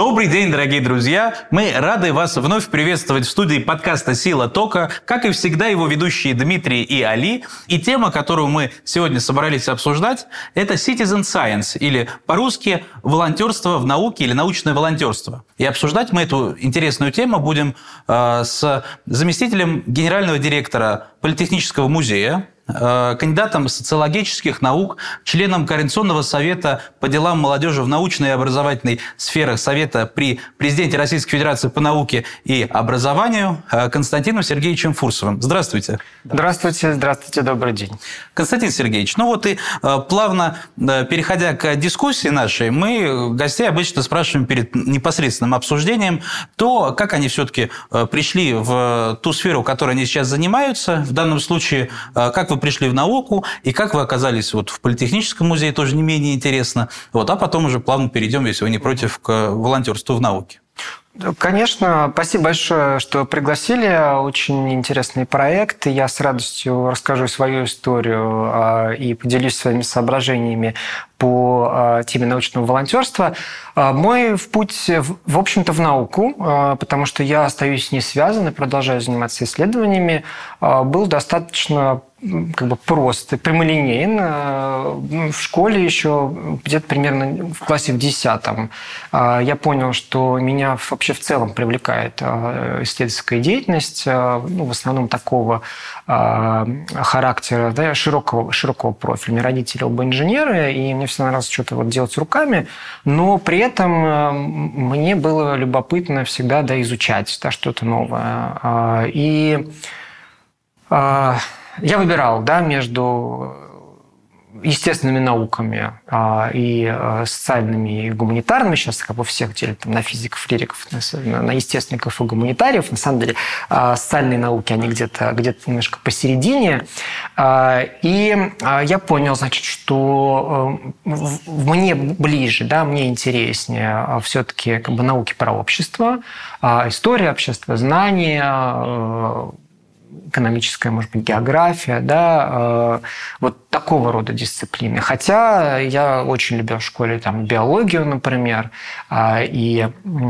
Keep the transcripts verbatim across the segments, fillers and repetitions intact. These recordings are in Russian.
Добрый день, дорогие друзья! Мы рады вас вновь приветствовать в студии подкаста «Сила тока». Как и всегда, его ведущие Дмитрий и Али. И тема, которую мы сегодня собрались обсуждать, это Citizen Science, или по-русски волонтерство в науке или научное волонтерство. И обсуждать мы эту интересную тему будем э, с заместителем генерального директора Политехнического музея, кандидатом социологических наук, членом Координационного совета по делам молодежи в научной и образовательной сферах Совета при президенте Российской Федерации по науке и образованию Константином Сергеевичем Фурсовым. Здравствуйте. Здравствуйте, здравствуйте, добрый день. Константин Сергеевич, ну вот и плавно переходя к дискуссии нашей, мы гостей обычно спрашиваем перед непосредственным обсуждением то, как они все-таки пришли в ту сферу, которой они сейчас занимаются. В данном случае, как вы пришли в науку и как вы оказались вот в Политехническом музее, тоже не менее интересно. Вот, а потом уже плавно перейдем, если вы не против, к волонтерству в науке. Конечно, спасибо большое, что пригласили. Очень интересный проект. Я с радостью расскажу свою историю и поделюсь своими соображениями по теме научного волонтерства. Мой путь, в общем-то, в науку, потому что я остаюсь с ней связан и продолжаю заниматься исследованиями, был достаточно как бы прост и прямолинеен. В школе еще где-то примерно в классе в десятом я понял, что меня вообще в целом привлекает исследовательская деятельность, ну, в основном такого характера, да, широкого, широкого профиля. У меня родители оба инженеры, и мне всегда нравилось что-то вот делать руками, но при этом мне было любопытно всегда, да, изучать, да, что-то новое. И я выбирал, да, между естественными науками и социальными и гуманитарными. Сейчас как бы всех делят там, на физиков, лириков, на естественников и гуманитариев. На самом деле социальные науки, они где-то где немножко посередине. И я понял, значит, что мне ближе, да, мне интереснее все-таки как бы науки про общество, история общества, знания, экономическая, может быть, география, да, вот такого рода дисциплины. Хотя я очень любил в школе там, биологию, например, и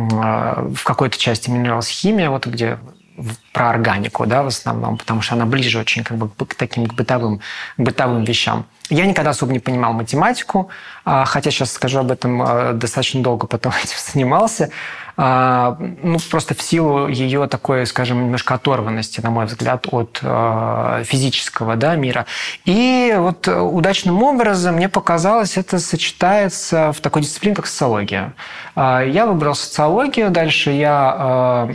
в какой-то части мне нравилась химия, вот где про органику, да, в основном, потому что она ближе очень как бы, к таким к бытовым, бытовым вещам. Я никогда особо не понимал математику, хотя сейчас скажу об этом, достаточно долго потом этим занимался. Ну, просто в силу ее такой, скажем, немножко оторванности, на мой взгляд, от физического, да, мира. И вот удачным образом, мне показалось, это сочетается в такой дисциплине, как социология. Я выбрал социологию, дальше я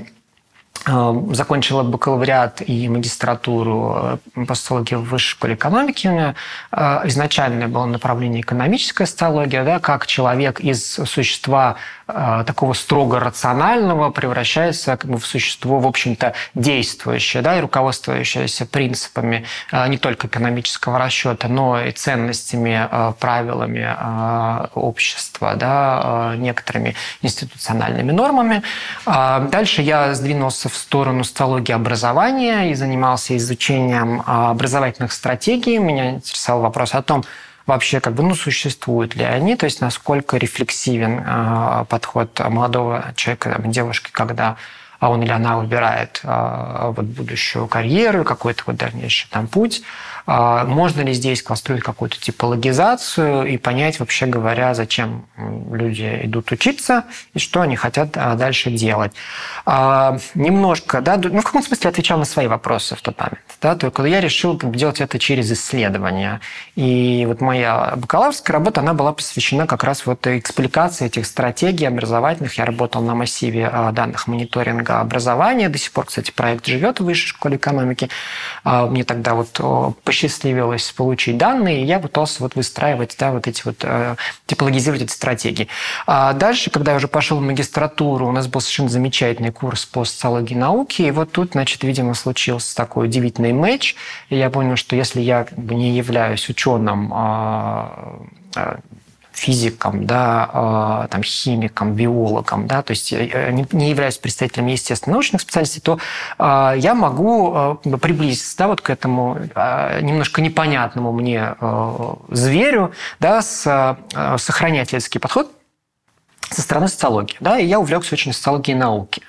закончила бакалавриат и магистратуру по социологии в Высшей школе экономики. У меня изначально было направление экономическая социология, да, как человек из существа такого строго рационального превращается как бы, в существо, в общем-то, действующее, да, и руководствующееся принципами не только экономического расчета, но и ценностями, правилами общества, да, некоторыми институциональными нормами. Дальше я сдвинулся в сторону социологии образования и занимался изучением образовательных стратегий. Меня интересовал вопрос о том, вообще, как бы, ну, существуют ли они, то есть насколько рефлексивен э, подход молодого человека, там, девушки, когда он или она выбирает э, вот, будущую карьеру, какой-то вот дальнейший там, путь. Э, можно ли здесь построить какую-то типологизацию и понять, вообще говоря, зачем люди идут учиться и что они хотят дальше делать. Э, немножко, да, ну, в каком смысле отвечал на свои вопросы в тот момент. Да, только я решил делать это через исследования. И вот моя бакалаврская работа, она была посвящена как раз вот экспликации этих стратегий образовательных. Я работал на массиве данных мониторинга образования. До сих пор, кстати, проект живет в Высшей школе экономики. Мне тогда вот посчастливилось получить данные, и я пытался вот выстраивать, да, вот эти вот, типологизировать эти стратегии. А дальше, когда я уже пошел в магистратуру, у нас был совершенно замечательный курс по социологии науки, и вот тут, значит, видимо, случился такой удивительный матч, и я понял, что если я как бы не являюсь ученым, физиком, да, там, химиком, биологом, да, то есть не являюсь представителем естественно-научных специальностей, то я могу приблизиться, да, вот к этому немножко непонятному мне зверю, да, с, сохранять исследовательский подход со стороны социологии. Да, и я увлекся очень социологией науки.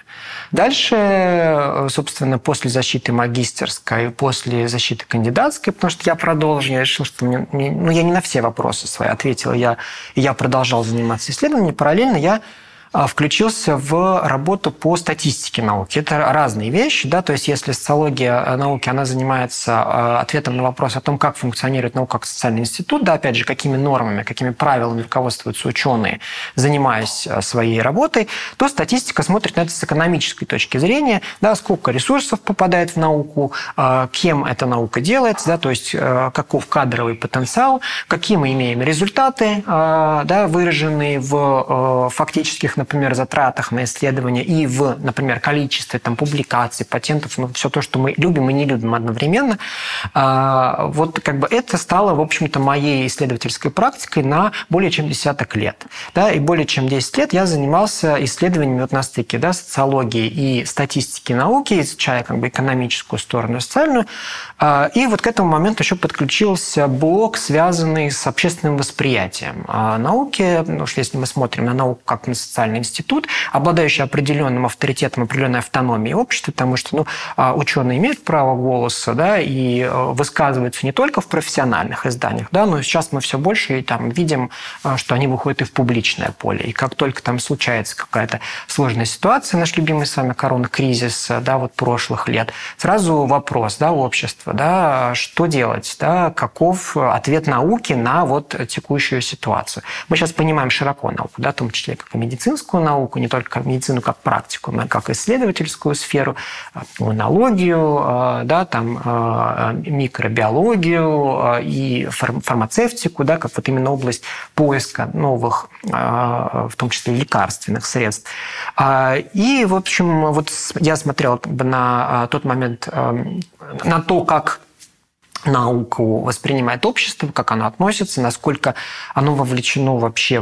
Дальше, собственно, после защиты магистерской, после защиты кандидатской, потому что я продолжил, я решил, что мне, ну, я не на все вопросы свои ответил, я, я продолжал заниматься исследованиями, параллельно я включился в работу по статистике науки. Это разные вещи, да, то есть если социология науки, она занимается ответом на вопрос о том, как функционирует наука как социальный институт, да, опять же, какими нормами, какими правилами руководствуются ученые, занимаясь своей работой, то статистика смотрит на это с экономической точки зрения, да, сколько ресурсов попадает в науку, кем эта наука делается, да, то есть каков кадровый потенциал, какие мы имеем результаты, да, выраженные в фактических, например, затратах на исследования и в, например, количестве там, публикаций, патентов, ну, все то, что мы любим и не любим одновременно. Вот как бы это стало, в общем-то, моей исследовательской практикой на более чем десяток лет. Да, и более чем десять лет я занимался исследованиями вот на стыке, да, социологии и статистики науки, изучая как бы экономическую сторону и социальную. И вот к этому моменту еще подключился блок, связанный с общественным восприятием науки. Потому что если мы смотрим на науку как на социальный институт, обладающий определенным авторитетом, определенной автономией общества, потому что ну, ученые имеют право голоса, да, и высказываются не только в профессиональных изданиях, да, но сейчас мы все больше и там видим, что они выходят и в публичное поле. И как только там случается какая-то сложная ситуация, наш любимый с вами коронакризис, да, вот прошлых лет, сразу вопрос, да, общества, да, что делать, да, каков ответ науки на вот текущую ситуацию. Мы сейчас понимаем широко науку, да, в том числе как и медицинскую науку, не только как медицину, как практику, но и как исследовательскую сферу, иммунологию, да, там, микробиологию и фармацевтику, да, как вот именно область поиска новых, в том числе лекарственных средств. И, в общем, вот я смотрел как бы на тот момент, на то, как науку воспринимает общество, как оно относится, насколько оно вовлечено вообще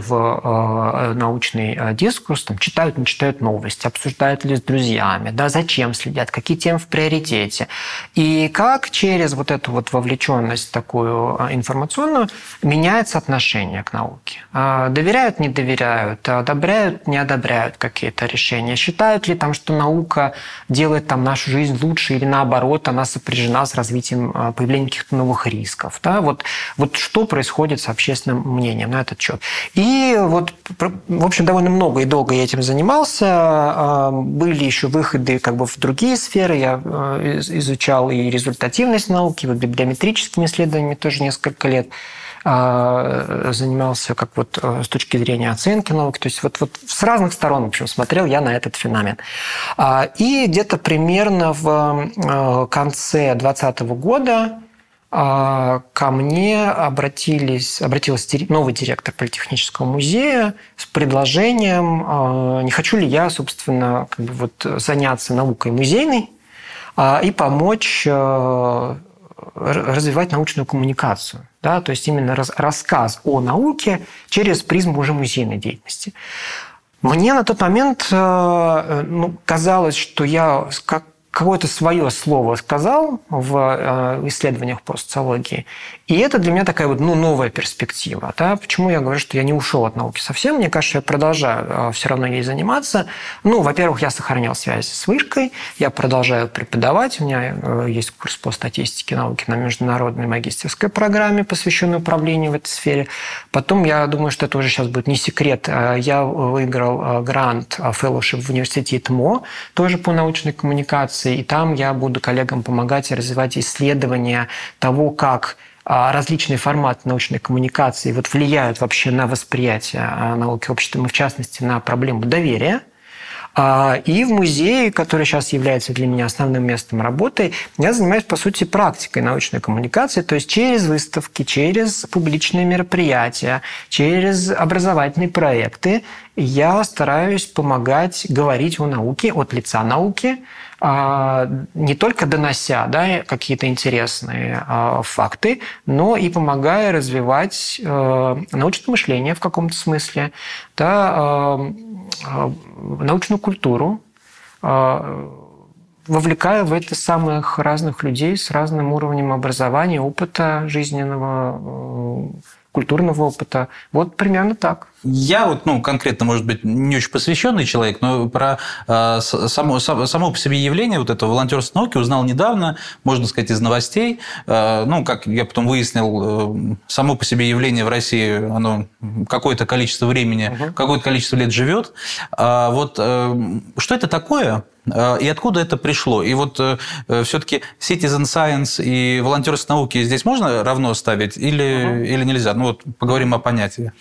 в научный дискурс, там, читают, не читают новости, обсуждают ли с друзьями, да, зачем следят, какие темы в приоритете. И как через вот эту вот вовлеченность такую информационную меняется отношение к науке. Доверяют, не доверяют, одобряют, не одобряют какие-то решения, считают ли там, что наука делает там нашу жизнь лучше или наоборот, она сопряжена с развитием появления каких-то новых рисков. Да? Вот, вот что происходит с общественным мнением на этот счет. И вот, в общем, довольно много и долго я этим занимался. Были еще выходы как бы в другие сферы. Я изучал и результативность науки, вот библиометрическими исследованиями тоже несколько лет занимался как вот с точки зрения оценки науки. То есть вот, вот с разных сторон, в общем, смотрел я на этот феномен. И где-то примерно в конце двадцатого года ко мне обратились, обратился новый директор Политехнического музея с предложением, не хочу ли я, собственно, как бы вот заняться наукой музейной и помочь развивать научную коммуникацию. Да? То есть именно рассказ о науке через призму уже музейной деятельности. Мне на тот момент ну, казалось, что я как какое-то свое слово сказал в исследованиях по социологии, и это для меня такая вот, ну, новая перспектива. Да? Почему я говорю, что я не ушел от науки совсем? Мне кажется, я продолжаю все равно ей заниматься. Ну, во-первых, я сохранял связь с вышкой, я продолжаю преподавать. У меня есть курс по статистике науки на международной магистерской программе, посвященной управлению в этой сфере. Потом, я думаю, что это уже сейчас будет не секрет, я выиграл грант fellowship в университете ИТМО, тоже по научной коммуникации, и там я буду коллегам помогать развивать исследования того, как различные форматы научной коммуникации вот влияют вообще на восприятие науки общества, в частности, на проблему доверия. И в музее, который сейчас является для меня основным местом работы, я занимаюсь, по сути, практикой научной коммуникации, то есть через выставки, через публичные мероприятия, через образовательные проекты я стараюсь помогать говорить о науке от лица науки, не только донося, да, какие-то интересные факты, но и помогая развивать научное мышление в каком-то смысле, да, научную культуру, вовлекая в это самых разных людей с разным уровнем образования, опыта жизненного, культурного опыта. Вот примерно так. Я вот, ну, конкретно, может быть, не очень посвященный человек, но про э, само, само по себе явление вот этого волонтерства науки узнал недавно, можно сказать, из новостей. Э, ну, как я потом выяснил, э, само по себе явление в России, оно какое-то количество времени, угу. какое-то количество лет живет. А вот э, что это такое? И откуда это пришло? И вот э, все-таки citizen science и волонтерство науки здесь можно равно ставить или, угу. или нельзя? Ну вот поговорим о понятии.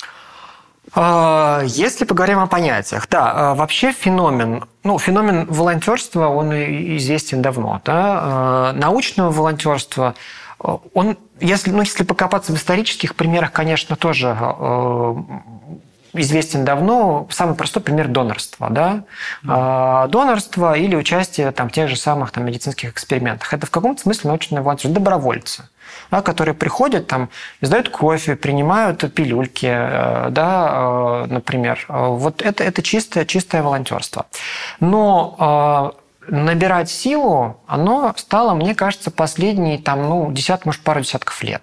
Если поговорим о понятиях, да, вообще феномен, ну, феномен волонтерства, он известен давно. Да? Научного волонтерства, он, если, ну, если покопаться в исторических примерах, конечно, тоже известен давно. Самый простой пример – донорства. Да? Mm. Донорство или участие там, в тех же самых там, медицинских экспериментах. Это в каком-то смысле научное волонтерство. Добровольцы, да, которые приходят, там, сдают кофе, принимают пилюльки, да, например. Вот это, это чистое, чистое волонтерство. Но набирать силу оно стало, мне кажется, последние там, ну, десят, может, пару десятков лет.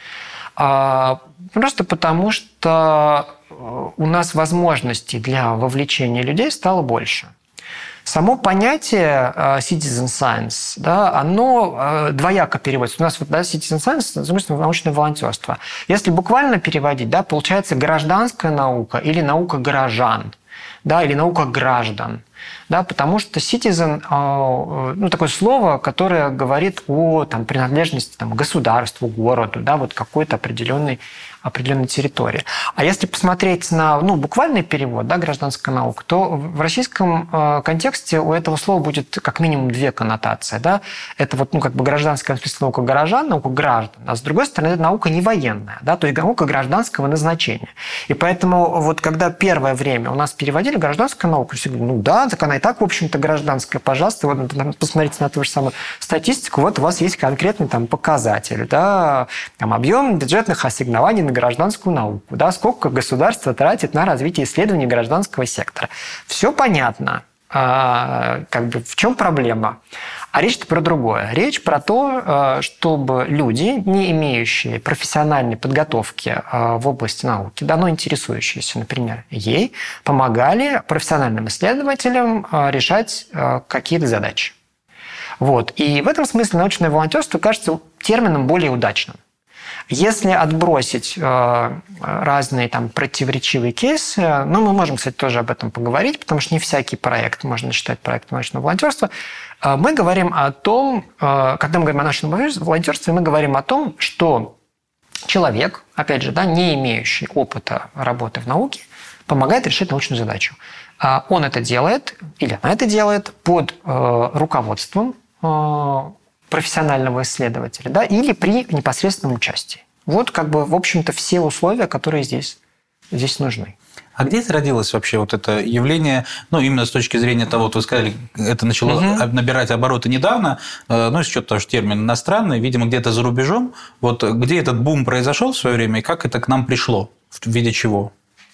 Просто потому, что у нас возможностей для вовлечения людей стало больше. Само понятие citizen science, да, оно двояко переводится. У нас вот, да, citizen science, замысленно научное волонтерство. Если буквально переводить, да, получается гражданская наука или наука горожан, да, или наука граждан. Да, потому что citizen, ну, такое слово, которое говорит о там, принадлежности там, государству, городу, да, вот какой-то определенной, определенной территории. А если посмотреть на ну, буквальный перевод, да, гражданская наука, то в российском контексте у этого слова будет как минимум две коннотации. Да? Это вот, ну, как бы гражданская в смысле наука горожан, наука граждан, а с другой стороны, это наука не военная, да, то есть наука гражданского назначения. И поэтому вот когда первое время у нас переводили гражданскую науку, все говорили, ну да, так она и так, в общем-то, гражданская, пожалуйста, вот посмотрите на ту же самую статистику, вот у вас есть конкретный там показатель, да, там, объем бюджетных ассигнований на гражданскую науку, да, сколько государство тратит на развитие исследований гражданского сектора. Все понятно. А, как бы в чем проблема? А речь-то про другое. Речь про то, чтобы люди, не имеющие профессиональной подготовки в области науки, давно интересующиеся, например, ей, помогали профессиональным исследователям решать какие-то задачи. Вот. И в этом смысле научное волонтерство кажется термином более удачным. Если отбросить э, разные там противоречивые кейсы, ну, мы можем, кстати, тоже об этом поговорить, потому что не всякий проект можно считать проектом научного волонтерства, э, мы говорим о том, э, когда мы говорим о научном волонтерстве, мы говорим о том, что человек, опять же, да, не имеющий опыта работы в науке, помогает решить научную задачу. Э, он это делает, или она это делает под э, руководством э, профессионального исследователя, да, или при непосредственном участии. Вот, как бы, в общем-то, все условия, которые здесь, здесь нужны. А где зародилось вообще вот это явление, ну, именно с точки зрения того, вот вы сказали, это начало угу. набирать обороты недавно, ну, с учетом того, что термин иностранный, видимо, где-то за рубежом. Вот где этот бум произошел в свое время, и как это к нам пришло, в виде чего?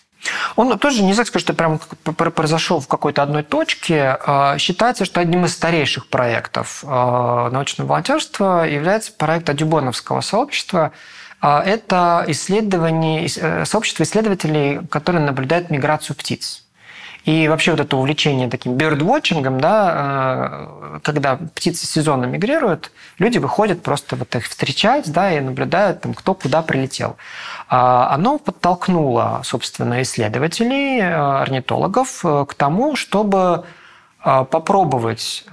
Он тоже, не знаю, что прям произошел в какой-то одной точке. Считается, что одним из старейших проектов научного волонтерства является проект Адюбоновского сообщества. Это исследование, сообщество исследователей, которые наблюдают миграцию птиц. И вообще вот это увлечение таким birdwatching, да, когда птицы сезонно мигрируют, люди выходят просто вот их встречать, да, и наблюдают, там, кто куда прилетел. Оно подтолкнуло, собственно, исследователей, орнитологов к тому, чтобы попробовать,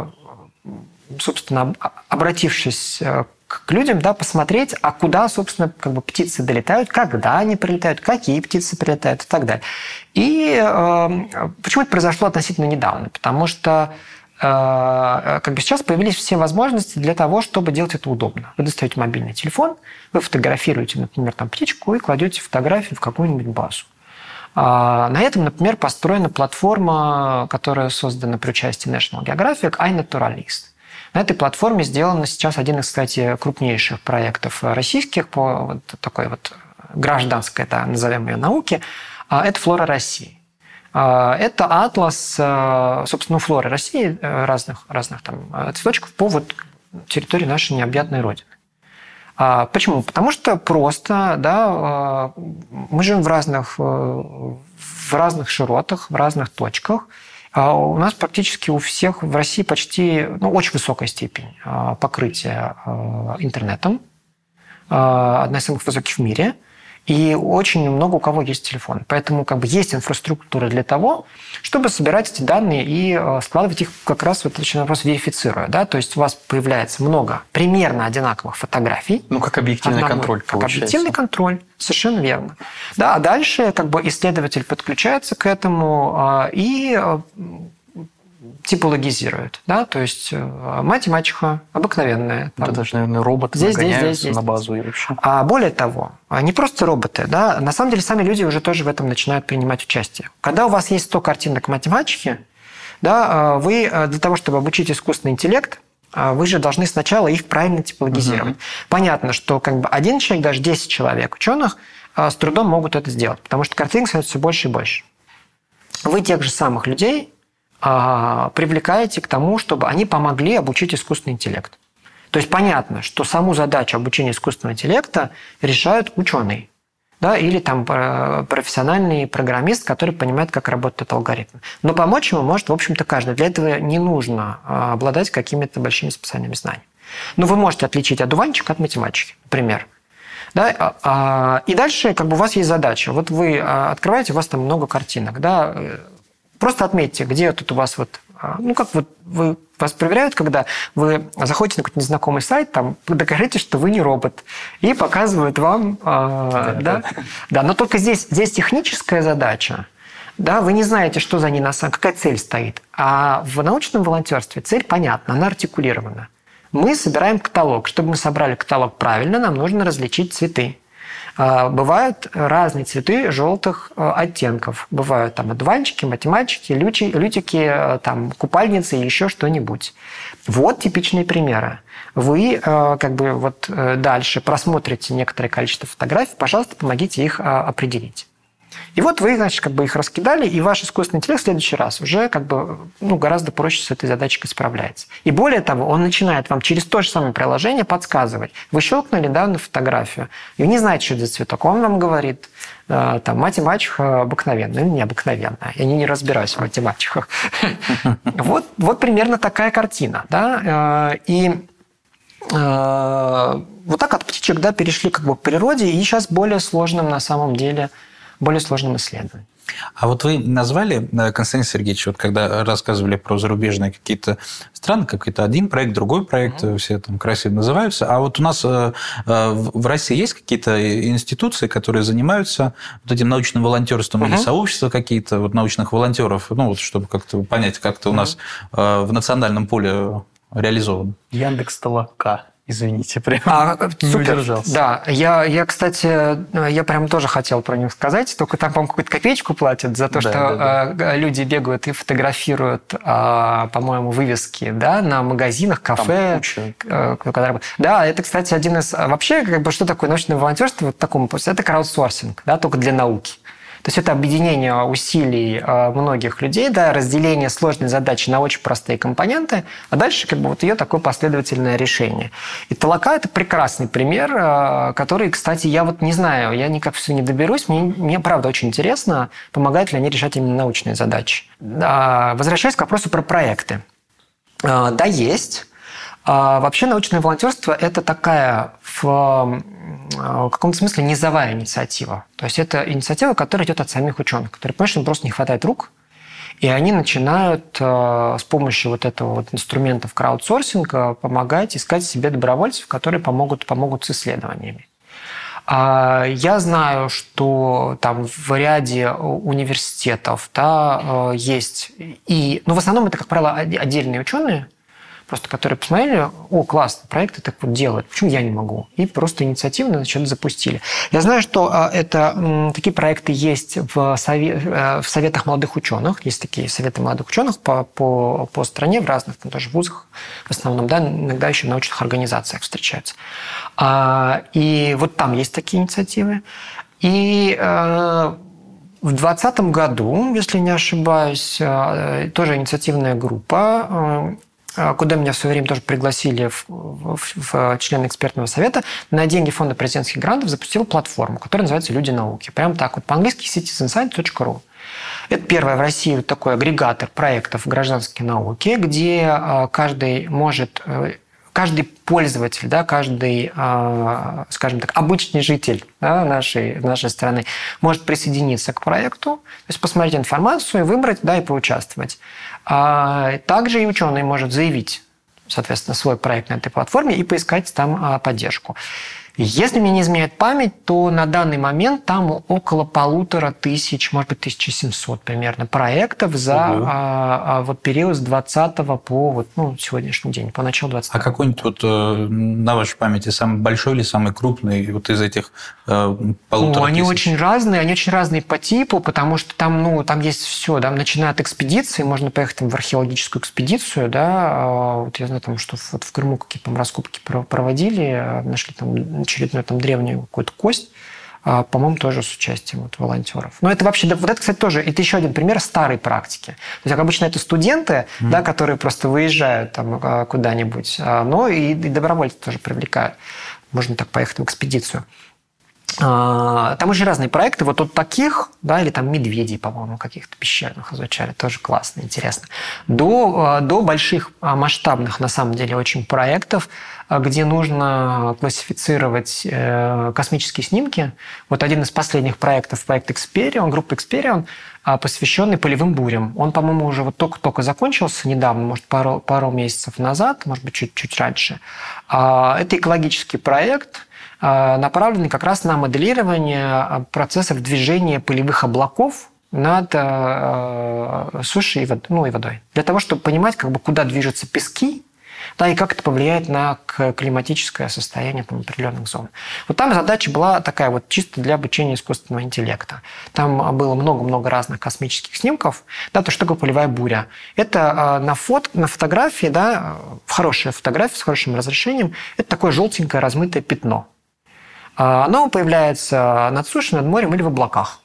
собственно, обратившись к людям, да, посмотреть, а куда, собственно, как бы птицы долетают, когда они прилетают, какие птицы прилетают и так далее. И э, почему это произошло относительно недавно? Потому что э, как бы сейчас появились все возможности для того, чтобы делать это удобно. Вы достаете мобильный телефон, вы фотографируете, например, там, птичку и кладете фотографию в какую-нибудь базу. А на этом, например, построена платформа, которая создана при участии National Geographic, iNaturalist. На этой платформе сделан сейчас один из, кстати, крупнейших проектов российских по вот такой вот гражданской, да, назовем ее, науке. Это «Флора России». Это атлас, собственно, флоры России, разных, разных там цветочков по вот территории нашей необъятной Родины. Почему? Потому что просто, да, мы живем в разных, в разных широтах, в разных точках. У нас практически у всех в России почти, ну, очень высокая степень покрытия интернетом, одна из самых высоких в мире. И очень много у кого есть телефон. Поэтому как бы есть инфраструктура для того, чтобы собирать эти данные и складывать их как раз, вот очень вопрос верифицируя. Да? То есть у вас появляется много примерно одинаковых фотографий. Ну, как объективный одного, контроль как получается. объективный контроль, совершенно верно. Да, а дальше как бы исследователь подключается к этому и типологизирует, да, то есть мать и мачеха обыкновенная. Там. Да, даже, наверное, роботы здесь, нагоняются здесь, здесь, на базу и вообще. А более того, не просто роботы, да, на самом деле сами люди уже тоже в этом начинают принимать участие. Когда у вас есть сто картинок мать и мачехи, да, вы для того, чтобы обучить искусственный интеллект, вы же должны сначала их правильно типологизировать. Угу. Понятно, что как бы один человек, даже десять человек ученых с трудом могут это сделать, потому что картинок становится все больше и больше. Вы тех же самых людей привлекаете к тому, чтобы они помогли обучить искусственный интеллект. То есть понятно, что саму задачу обучения искусственного интеллекта решают ученые, да, или там профессиональный программист, который понимает, как работает алгоритм. Но помочь ему может, в общем-то, каждый. Для этого не нужно обладать какими-то большими специальными знаниями. Но вы можете отличить одуванчик от математики, например. Да? И дальше как бы у вас есть задача. Вот вы открываете, у вас там много картинок, да. Просто отметьте, где тут у вас вот, ну как вот вы, вас проверяют, когда вы заходите на какой-то незнакомый сайт, там докажите, что вы не робот, и показывают вам, да, да, да. да. Но только здесь, здесь техническая задача, да, вы не знаете, что за ней на самом, какая цель стоит, а в научном волонтерстве цель понятна, она артикулирована. Мы собираем каталог, чтобы мы собрали каталог правильно, нам нужно различить цветы. Бывают разные цветы желтых оттенков. Бывают там одуванчики, математики, лютики, там, купальницы и еще что-нибудь. Вот типичные примеры. Вы как бы вот дальше просмотрите некоторое количество фотографий, пожалуйста, помогите их определить. И вот вы, значит, как бы их раскидали, и ваш искусственный интеллект в следующий раз уже как бы, ну, гораздо проще с этой задачкой справляется. И более того, он начинает вам через то же самое приложение подсказывать. Вы щелкнули, да, на фотографию, и вы не знаете, что это за цветок. Он вам говорит, там, мать и мачеха обыкновенная, или необыкновенная. Я не разбираюсь в мать и мачехах. Вот примерно такая картина. И вот так от птичек, да, перешли как бы к природе, и сейчас более сложным на самом деле более сложным исследованием. А вот вы назвали, Константин Сергеевич, вот когда рассказывали про зарубежные какие-то страны, какой-то один проект, другой проект, mm-hmm. все там красиво называются, а вот у нас в России есть какие-то институции, которые занимаются вот этим научным волонтерством mm-hmm. или сообщества какие-то вот научных волонтеров, ну вот чтобы как-то понять, как это mm-hmm. у нас в национальном поле реализовано? Яндекс.Толока. Извините, прям а, не супер. удержался. Да, я, я, кстати, я прям тоже хотел про них сказать, только там, по-моему, какую-то копеечку платят за то, да, что да, да. люди бегают и фотографируют, по-моему, вывески, да, на магазинах, кафе. Да, это, кстати, один из... Вообще, как бы, что такое научное волонтерство? Вот такому, это краудсорсинг, да, только для науки. То есть это объединение усилий многих людей, да, разделение сложной задачи на очень простые компоненты, а дальше как бы вот ее такое последовательное решение. И Толока – это прекрасный пример, который, кстати, я вот не знаю, я никак все не доберусь, мне, мне правда очень интересно, помогают ли они решать именно научные задачи. Возвращаясь к вопросу про проекты. Да, есть. Вообще научное волонтерство – это такая в каком-то смысле низовая инициатива. То есть это инициатива, которая идет от самих ученых, которые понимают, что им просто не хватает рук, и они начинают с помощью вот этого вот инструментов краудсорсинга помогать искать себе добровольцев, которые помогут, помогут с исследованиями. Я знаю, что там в ряде университетов, да, есть и... Ну, в основном это, как правило, отдельные ученые, просто которые посмотрели, о, классно, проекты так вот делают, почему я не могу? И просто инициативно что-то запустили. Я знаю, что это, такие проекты есть в, совет, в советах молодых ученых, есть такие советы молодых ученых по, по, по стране, в разных там, тоже вузах, в основном, да, иногда еще в научных организациях встречаются. И вот там есть такие инициативы. И в двадцатом году, если не ошибаюсь, тоже инициативная группа куда меня в свое время тоже пригласили в, в, в члены экспертного совета, на деньги фонда президентских грантов запустила платформу, которая называется «Люди науки». Прямо так вот, по-английски citizenscience точка ру. Это первый в России вот такой агрегатор проектов гражданской науки, где каждый может... Каждый пользователь, да, каждый, скажем так, обычный житель, да, нашей, нашей страны может присоединиться к проекту, то есть посмотреть информацию, выбрать, да, и поучаствовать. Также и ученый может заявить, соответственно, свой проект на этой платформе и поискать там поддержку. Если мне не изменяет память, то на данный момент там около полутора тысяч, может быть, тысяча семьсот примерно проектов за а, а, вот период с двадцатого по вот, ну, сегодняшний день, по началу двадцатого. А какой-нибудь вот, на вашей памяти самый большой или самый крупный вот из этих э, полутора ну, они тысяч? очень разные, они очень разные по типу, потому что там, ну, там есть все, да, начиная от экспедиции, можно поехать там, в археологическую экспедицию, да, вот я знаю, там, что вот в Крыму какие-то там раскопки проводили, нашли там очередную там древнюю какую-то кость, по-моему, тоже с участием вот, волонтеров. Но это вообще, вот это, кстати, тоже, это еще один пример старой практики. То есть, как обычно, это студенты, mm-hmm. да, которые просто выезжают там куда-нибудь, но и, и добровольцы тоже привлекают. Можно так поехать в экспедицию. Там очень разные проекты. Вот от таких, да, или там медведей, по-моему, каких-то пещерных изучали. Тоже классно, интересно. До, до больших масштабных, на самом деле, очень проектов, где нужно классифицировать космические снимки. Вот один из последних проектов, проект Experion, группа Experion, посвященный полевым бурям. Он, по-моему, уже вот только-только закончился недавно, может, пару, пару месяцев назад, может быть, чуть-чуть раньше. Это экологический проект, направленный как раз на моделирование процессов движения пылевых облаков над сушей и водой, ну, и водой. Для того, чтобы понимать, как бы, куда движутся пески, да, и как это повлияет на климатическое состояние там, определенных зон. Вот там задача была такая вот чисто для обучения искусственного интеллекта. Там было много-много разных космических снимков. Да, то, что такое полевая буря. Это на, фото, на фотографии, да, хорошая фотография с хорошим разрешением, это такое желтенькое размытое пятно. Оно появляется над сушей, над морем или в облаках.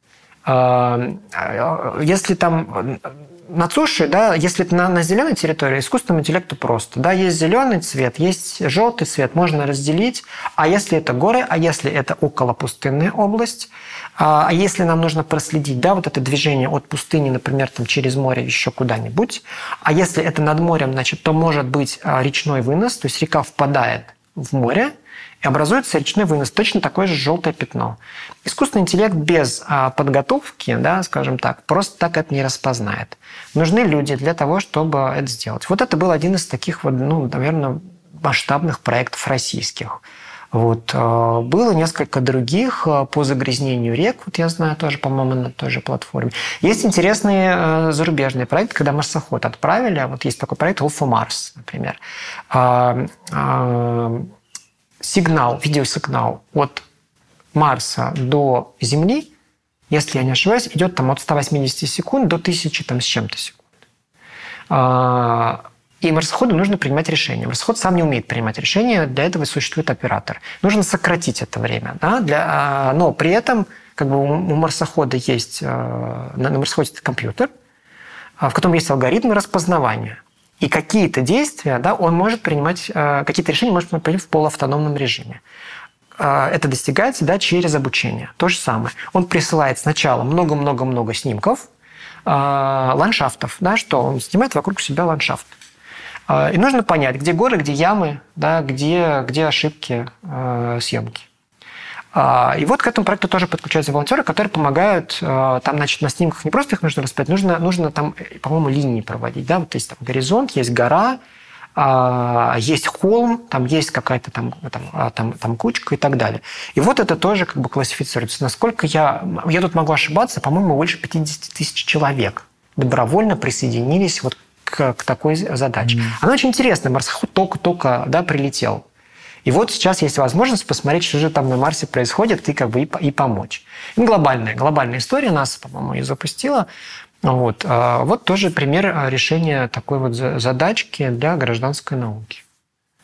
Если там над сушей, да, если это на, на зеленой территории, искусственному интеллекту просто. Да, есть зеленый цвет, есть желтый цвет, можно разделить. А если это горы, а если это околопустынная область, а если нам нужно проследить, да, вот это движение от пустыни, например, там, через море еще куда-нибудь, а если это над морем, значит, то может быть речной вынос, то есть река впадает в море, и образуется речной вынос, точно такое же желтое пятно. Искусственный интеллект без а, подготовки, да, скажем так, просто так это не распознает. Нужны люди для того, чтобы это сделать. Вот это был один из таких, вот, ну, наверное, масштабных проектов российских. Вот. Было несколько других по загрязнению рек, вот я знаю, тоже, по-моему, на той же платформе. Есть интересные зарубежные проекты, когда марсоход отправили. Вот есть такой проект Alpha-Mars, например. Сигнал, видеосигнал от Марса до Земли, если я не ошибаюсь, идет там от ста восьмидесяти секунд до тысячи там, с чем-то секунд. И марсоходу нужно принимать решение. Марсоход сам не умеет принимать решения, для этого существует оператор. Нужно сократить это время. Да? Для, но при этом как бы, у марсохода есть, на марсоходе есть компьютер, в котором есть алгоритмы распознавания. И какие-то действия, да, он может принимать, какие-то решения может принимать в полуавтономном режиме. Это достигается, да, через обучение. То же самое. Он присылает сначала много-много-много снимков, ландшафтов, да, что он снимает вокруг себя ландшафт. И нужно понять, где горы, где ямы, да, где, где ошибки съемки. И вот к этому проекту тоже подключаются волонтеры, которые помогают. Там, значит, на снимках не просто их нужно распять, нужно, нужно там, по-моему, линии проводить. Да? Вот есть там горизонт, есть гора, есть холм, там есть какая-то там, там, там, там кучка и так далее. И вот это тоже как бы классифицируется. Насколько я... Я тут могу ошибаться, по-моему, больше пятьдесят тысяч человек добровольно присоединились вот к, к такой задаче. Mm. Она очень интересная. Марсоход только-только, да, прилетел. И вот сейчас есть возможность посмотреть, что же там на Марсе происходит, и как бы и, и помочь. И глобальная, глобальная история нас, по-моему, и запустила. Вот. Вот тоже пример решения такой вот задачки для гражданской науки.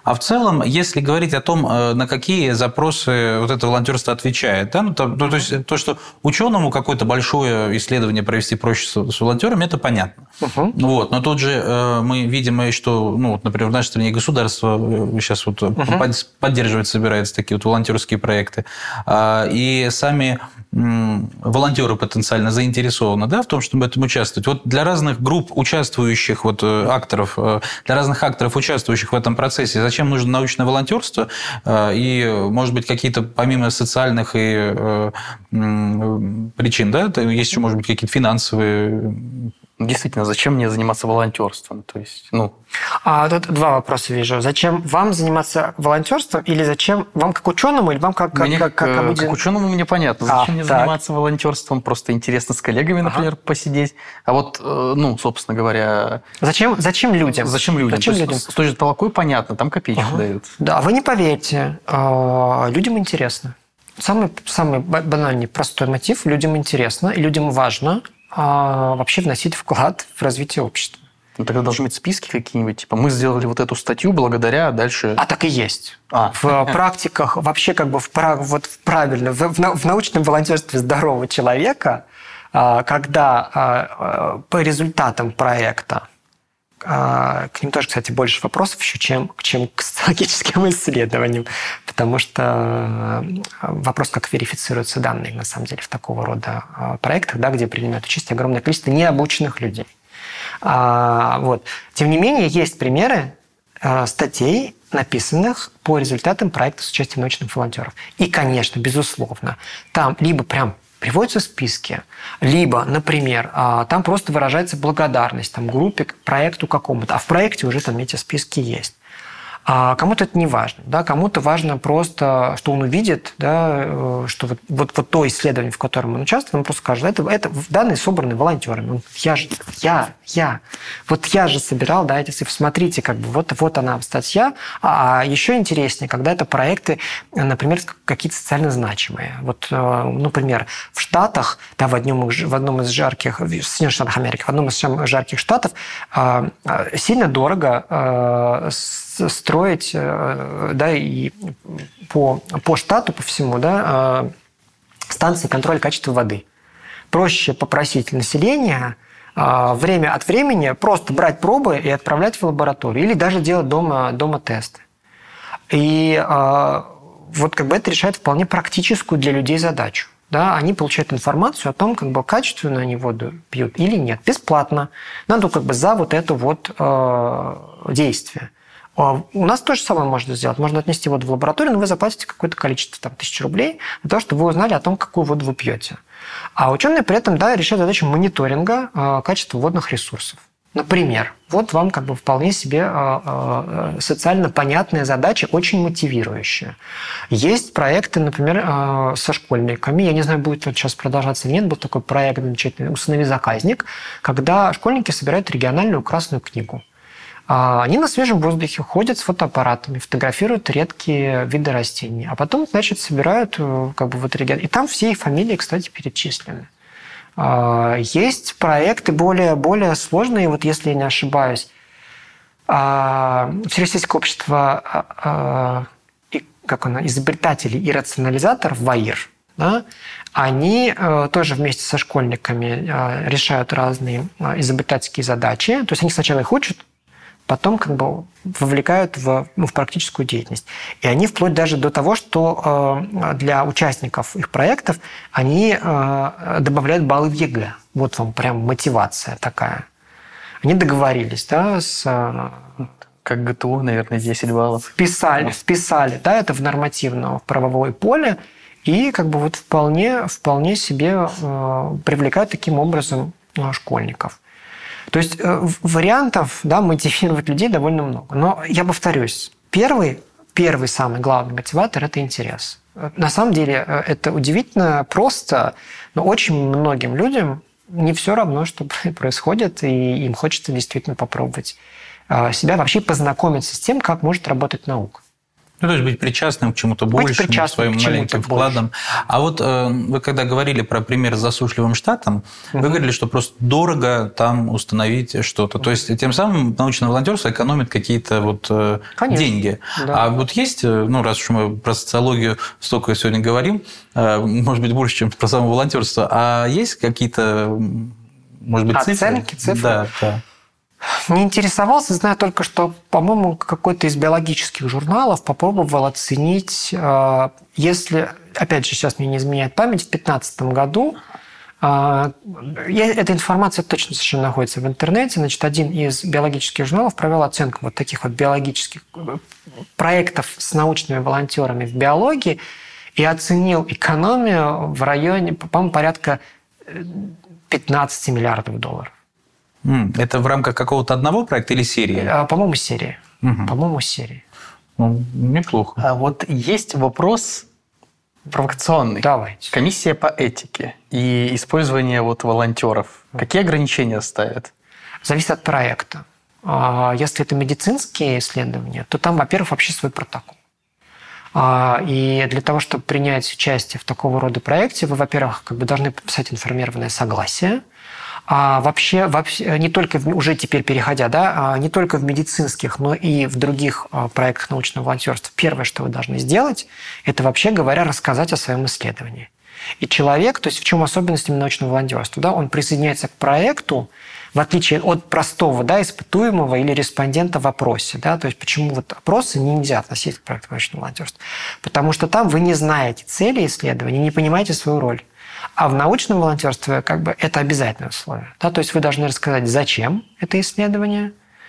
А в целом, если говорить о том, на какие запросы вот это волонтерство отвечает, да, ну, то, то, то есть то, что ученому какое-то большое исследование провести проще с, с волонтерами, это понятно. Uh-huh. Вот. Но тут же э, мы видим, что, ну, вот, например, в нашей стране государство сейчас вот uh-huh. под, поддерживать собирается такие вот волонтерские проекты. А, и сами м, волонтеры потенциально заинтересованы, да, в том, чтобы в этом участвовать. Вот для разных групп участвующих, вот, акторов, для разных акторов, участвующих в этом процессе, зачем нужно научное волонтерство? И, может быть, какие-то, помимо социальных и причин, да, есть еще, может быть, какие-то финансовые... Действительно, зачем мне заниматься волонтерством? То есть, ну... А тут два вопроса вижу. Зачем вам заниматься волонтерством, или зачем вам как ученому, или вам как, как, мне, как, как, обыден... как ученому мне понятно. Зачем а, мне так. заниматься волонтерством? Просто интересно с коллегами, например, ага. посидеть. А вот, ну, собственно говоря... Зачем, зачем людям? Зачем людям? Зачем людям? С той же толокой понятно, там копеечку ага. дают. Да, вы не поверите, людям интересно. Самый, самый банальный, простой мотив. Людям интересно, и людям важно а вообще вносить вклад в развитие общества. Ну, тогда должны быть списки какие-нибудь, типа мы сделали вот эту статью благодаря, дальше... А так и есть. А. В практиках, вообще как бы в, вот в правильно, в, в научном волонтерстве здорового человека, когда по результатам проекта, к ним тоже, кстати, больше вопросов еще, чем, чем к социологическим исследованиям, потому что вопрос, как верифицируются данные, на самом деле, в такого рода проектах, да, где принимают участие огромное количество необученных людей. А, вот. Тем не менее, есть примеры а, статей, написанных по результатам проекта с участием научных волонтеров. И, конечно, безусловно, там либо прям приводятся списки, либо, например, там просто выражается благодарность там, группе, проекту какому-то, а в проекте уже там эти списки есть. А кому-то это не важно, да, кому-то важно просто, что он увидит, да, что вот, вот, вот то исследование, в котором он участвует, он просто скажет, это, это данные собраны волонтерами. Он, я же, я, я, вот я же собирал, да, эти цифры, смотрите, как бы вот, вот она статья. А еще интереснее, когда это проекты, например, какие-то социально значимые. Вот, например, в Штатах, да, в одном, в одном из жарких, в Соединенных Штатах Америки, в одном из самых жарких штатов сильно дорого строить, да, и по, по штату, по всему, да, станции контроля качества воды. Проще попросить населения время от времени просто брать пробы и отправлять в лабораторию, или даже делать дома, дома тесты. И вот как бы это решает вполне практическую для людей задачу. Да, они получают информацию о том, как бы качественно они воду пьют или нет, бесплатно. Надо как бы за вот это вот э, действие. У нас то же самое можно сделать. Можно отнести воду в лабораторию, но вы заплатите какое-то количество там, тысяч рублей для того, чтобы вы узнали о том, какую воду вы пьете. А ученые при этом, да, решают задачу мониторинга э, качества водных ресурсов. Например, вот вам как бы вполне себе э, э, социально понятная задача, очень мотивирующая. Есть проекты, например, э, со школьниками. Я не знаю, будет это сейчас продолжаться или нет. Был такой проект замечательный «Усынови заказник», когда школьники собирают региональную красную книгу. Они на свежем воздухе ходят с фотоаппаратами, фотографируют редкие виды растений, а потом, значит, собирают как бы вот регион. И там все их фамилии, кстати, перечислены. Есть проекты более, более сложные, вот если я не ошибаюсь, Всероссийское общество как оно, изобретателей и рационализаторов ВАИР, да, они тоже вместе со школьниками решают разные изобретательские задачи. То есть они сначала их учат, потом как бы вовлекают в, ну, в практическую деятельность. И они вплоть даже до того, что э, для участников их проектов они э, добавляют баллы в ЕГЭ. Вот вам прям мотивация такая. Они договорились, да, с... Как ГТО, наверное, десять баллов. Вписали, вписали, да, это в нормативное, в правовое поле, и как бы вот вполне, вполне себе э, привлекают таким образом э, школьников. То есть вариантов, да, мотивировать людей довольно много. Но я повторюсь, первый, первый самый главный мотиватор – это интерес. На самом деле это удивительно просто, но очень многим людям не все равно, что происходит, и им хочется действительно попробовать себя, вообще познакомиться с тем, как может работать наука. Ну, то есть быть причастным к чему-то большему, своим маленьким вкладом. А вот э, вы когда говорили про пример с засушливым штатом, угу. вы говорили, что просто дорого там установить что-то. То есть тем самым научное волонтерство экономит какие-то вот э, деньги. Да. А вот есть, ну, раз уж мы про социологию столько сегодня говорим, э, может быть, больше, чем про само волонтерство, а есть какие-то, может быть, цифры? Оценки, цифры? Да, да. Не интересовался, знаю только, что, по-моему, какой-то из биологических журналов попробовал оценить, если, опять же, сейчас мне не изменяет память, в две тысячи пятнадцатом году, эта информация точно совершенно находится в интернете, значит, один из биологических журналов провел оценку вот таких вот биологических проектов с научными волонтерами в биологии и оценил экономию в районе, по-моему, порядка пятнадцать миллиардов долларов. Это в рамках какого-то одного проекта или серии? По-моему, серии. Угу. По-моему, серии. Ну, неплохо. А вот есть вопрос провокационный. Давайте. Комиссия по этике и использование вот волонтеров. Какие ограничения ставят? Зависит от проекта. Если это медицинские исследования, то там, во-первых, вообще свой протокол. И для того, чтобы принять участие в такого рода проекте, вы, во-первых, как бы должны подписать информированное согласие. А вообще, вообще не только в, уже теперь переходя, да, не только в медицинских, но и в других проектах научного волонтерства, первое, что вы должны сделать, это, вообще говоря, рассказать о своем исследовании. И человек, то есть в чем особенность научного волонтерства, да, он присоединяется к проекту, в отличие от простого, да, испытуемого или респондента в опросе. Да, то есть почему вот опросы нельзя относить к проекту научного волонтерства? Потому что там вы не знаете цели исследования, не понимаете свою роль. А в научном волонтерстве как бы это обязательное условие. Да? То есть вы должны рассказать, зачем это исследование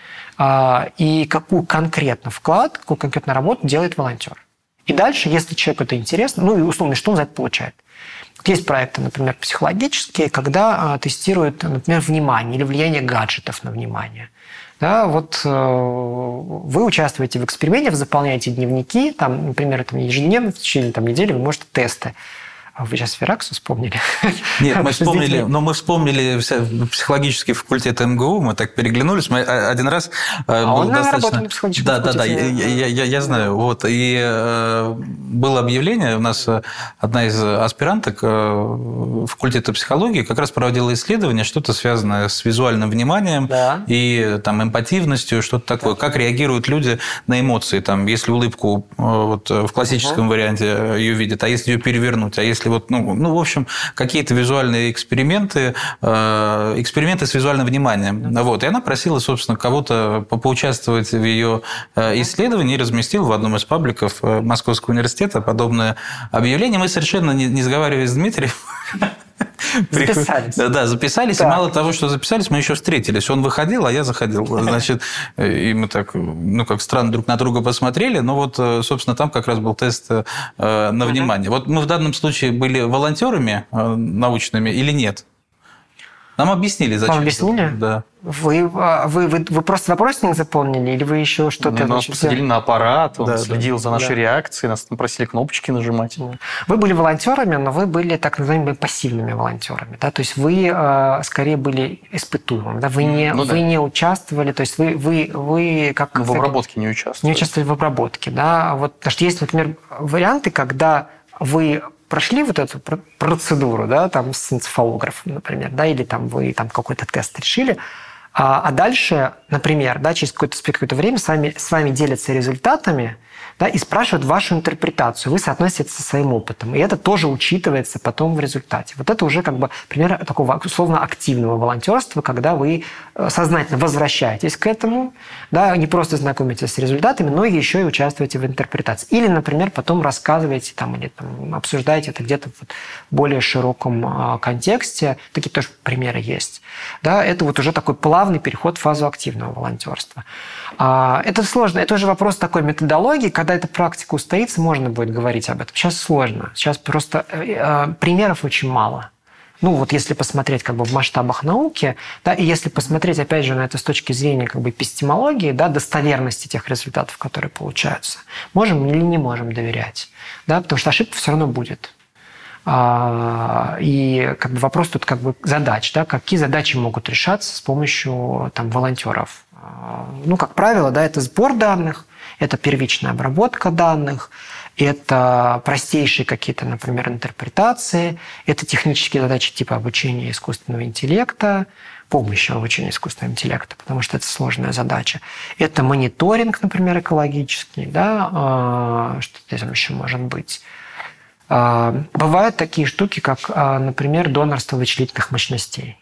и какую конкретно вклад, какую конкретно работу делает волонтер. И дальше, если человеку это интересно, ну и условно, что он за это получает. Есть проекты, например, психологические, когда тестируют, например, внимание или влияние гаджетов на внимание. Да, вот э, вы участвуете в эксперименте, вы заполняете дневники, там, например, там, ежедневно, в течение там, недели вы можете тесты. Вы сейчас Фераксу вспомнили? Нет, мы вспомнили, но мы вспомнили психологический факультет эм гэ у, мы так переглянулись. Мы один раз а был он достаточно... на психологическом да, да, да, я, я, я, я знаю. Вот. И э, было объявление, у нас одна из аспиранток э, факультета психологии как раз проводила исследование, что-то связанное с визуальным вниманием да. и там, эмпативностью, что-то такое. Да. Как реагируют люди на эмоции. Там, если улыбку э, вот, в классическом угу. варианте ее видят, а если ее перевернуть, а если вот, ну, ну, в общем, какие-то визуальные эксперименты, э, эксперименты с визуальным вниманием. Вот. И она просила, собственно, кого-то по поучаствовать в ее исследовании и разместила в одном из пабликов Московского университета подобное объявление. Мы совершенно не, не сговаривались с Дмитрием. Записались. Да, да, записались. Да. И мало того, что записались, мы еще встретились. Он выходил, а я заходил. Значит, и мы так, ну, как странно друг на друга посмотрели. Но вот, собственно, там как раз был тест на внимание. Вот мы в данном случае были волонтерами научными или нет? Нам объяснили, зачем. Вам объяснили? Да. Вы, вы, вы, вы просто вопросник заполнили, или вы еще что-то... Ну, нас посадили на аппарат, он да, следил да, за нашей да. реакцией, нас просили кнопочки нажимать. Вы были волонтерами, но вы были так называемыми пассивными волонтерами. Да? То есть вы э, скорее были испытуемыми. Да? Вы, не, ну, вы да. не участвовали, то есть вы... вы, вы как, ну, в обработке не участвовали. Не участвовали в обработке. Да? Вот, потому что есть, например, варианты, когда вы... прошли вот эту процедуру, да, там с энцефалографом, например, да, или там вы там какой-то тест решили, а, а дальше, например, да, через какое-то, какое-то время с вами, с вами делятся результатами, да, и спрашивают вашу интерпретацию, вы соотноситесь со своим опытом, и это тоже учитывается потом в результате. Вот это уже как бы пример такого условно активного волонтерства, когда вы сознательно возвращаетесь к этому, да, не просто знакомитесь с результатами, но еще и участвуете в интерпретации. Или, например, потом рассказываете там, или там, обсуждаете это где-то в более широком контексте. Такие тоже примеры есть. Да, это вот уже такой плавный переход в фазу активного волонтерства. Это сложно, это уже вопрос такой методологии. Когда эта практика устоится, можно будет говорить об этом. Сейчас сложно. Сейчас просто э, примеров очень мало. Ну, вот если посмотреть как бы в масштабах науки, да, и если посмотреть, опять же, на это с точки зрения как бы эпистемологии, да, достоверности тех результатов, которые получаются, можем или не можем доверять. Да, потому что ошибка все равно будет. И как бы вопрос тут как бы задач, да, какие задачи могут решаться с помощью там, волонтеров. Ну, как правило, да, это сбор данных, это первичная обработка данных, это простейшие какие-то, например, интерпретации, это технические задачи типа обучения искусственного интеллекта, помощи в обучении искусственного интеллекта, потому что это сложная задача. Это мониторинг, например, экологический, да, что здесь еще может быть. Бывают такие штуки, как, например, донорство вычислительных мощностей.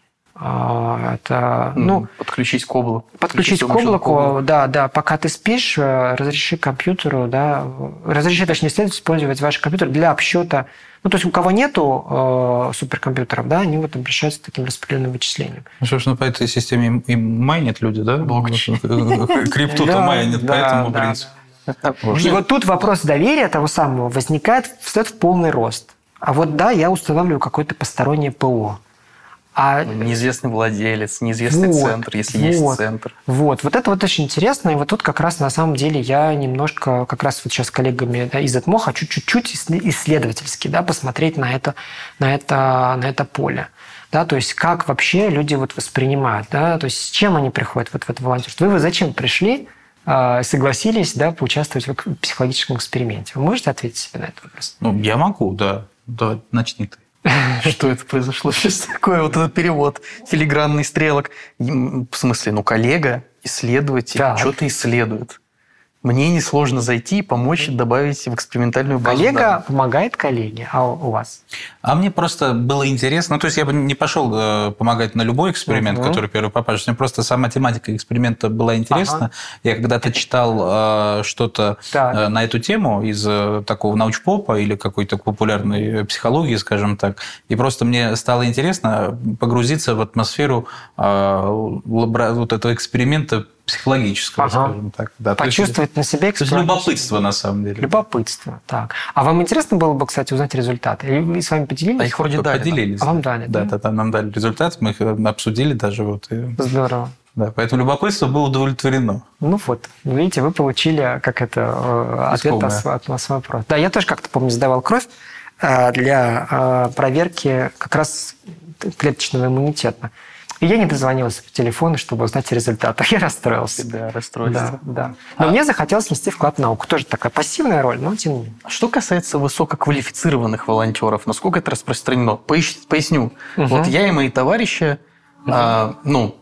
Это, ну, подключить к облаку. Подключить к облаку, да, да. Пока ты спишь, разреши компьютеру, да, разреши, точнее, исследовать, использовать ваш компьютер для обсчета. Ну, то есть у кого нету э, суперкомпьютеров, да, они вот обращаются к таким распределенным вычислениям. Ну, собственно, по этой системе и майнят люди, да? Крипту-то майнят, поэтому, в принципе. И вот тут вопрос доверия того самого возникает, встает в полный рост. А вот да, я устанавливаю какое-то постороннее ПО. А... Неизвестный владелец, неизвестный вот, центр, если вот, есть центр. Вот, вот это вот очень интересно. И вот тут как раз на самом деле я немножко, как раз вот сейчас с коллегами да, из ЭТМО хочу чуть-чуть исследовательски да, посмотреть на это, на, это, на это поле. Да, то есть как вообще люди вот воспринимают, да, то есть с чем они приходят вот в это волонтерство. Вы, вы зачем пришли, согласились да, поучаствовать в психологическом эксперименте? Вы можете ответить себе на этот вопрос? Ну, я могу, да. Да, начни ты. Что это произошло сейчас такое? Вот этот перевод филигранный стрелок. В смысле, ну, коллега, исследователь, так. что-то исследует. Мне несложно зайти и помочь добавить в экспериментальную базу Коллега данных. Помогает коллеге, а у вас? А мне просто было интересно, ну, то есть я бы не пошел помогать на любой эксперимент, угу. который первый попадешь. Мне просто сама тематика эксперимента была интересна. Ага. Я когда-то читал э, что-то так. на эту тему из такого научпопа или какой-то популярной психологии, скажем так, и просто мне стало интересно погрузиться в атмосферу э, лабора... вот этого эксперимента психологического, ага. скажем так. Да, почувствовать есть, на себе эксперимент. То есть любопытство, на самом деле. Любопытство, так. А вам интересно было бы, кстати, узнать результаты? Или вы с вами поделились? А их вроде дали. Поделились. А вам дали, да? Да, да, нам дали результаты, мы их обсудили даже. Вот, и... Здорово. Да, поэтому любопытство было удовлетворено. Ну вот, видите, вы получили как это, ответ на свой, на свой вопрос. Да, я тоже как-то, помню, сдавал кровь для проверки как раз клеточного иммунитета. И я не дозвонился по телефону, чтобы узнать результаты. Я расстроился. Да, расстроился. Да, да. Но а... мне захотелось нести вклад в науку. Тоже такая пассивная роль, но тем не менее. Что касается высококвалифицированных волонтеров, насколько это распространено? Поясню. Угу. Вот я и мои товарищи, угу. а, ну,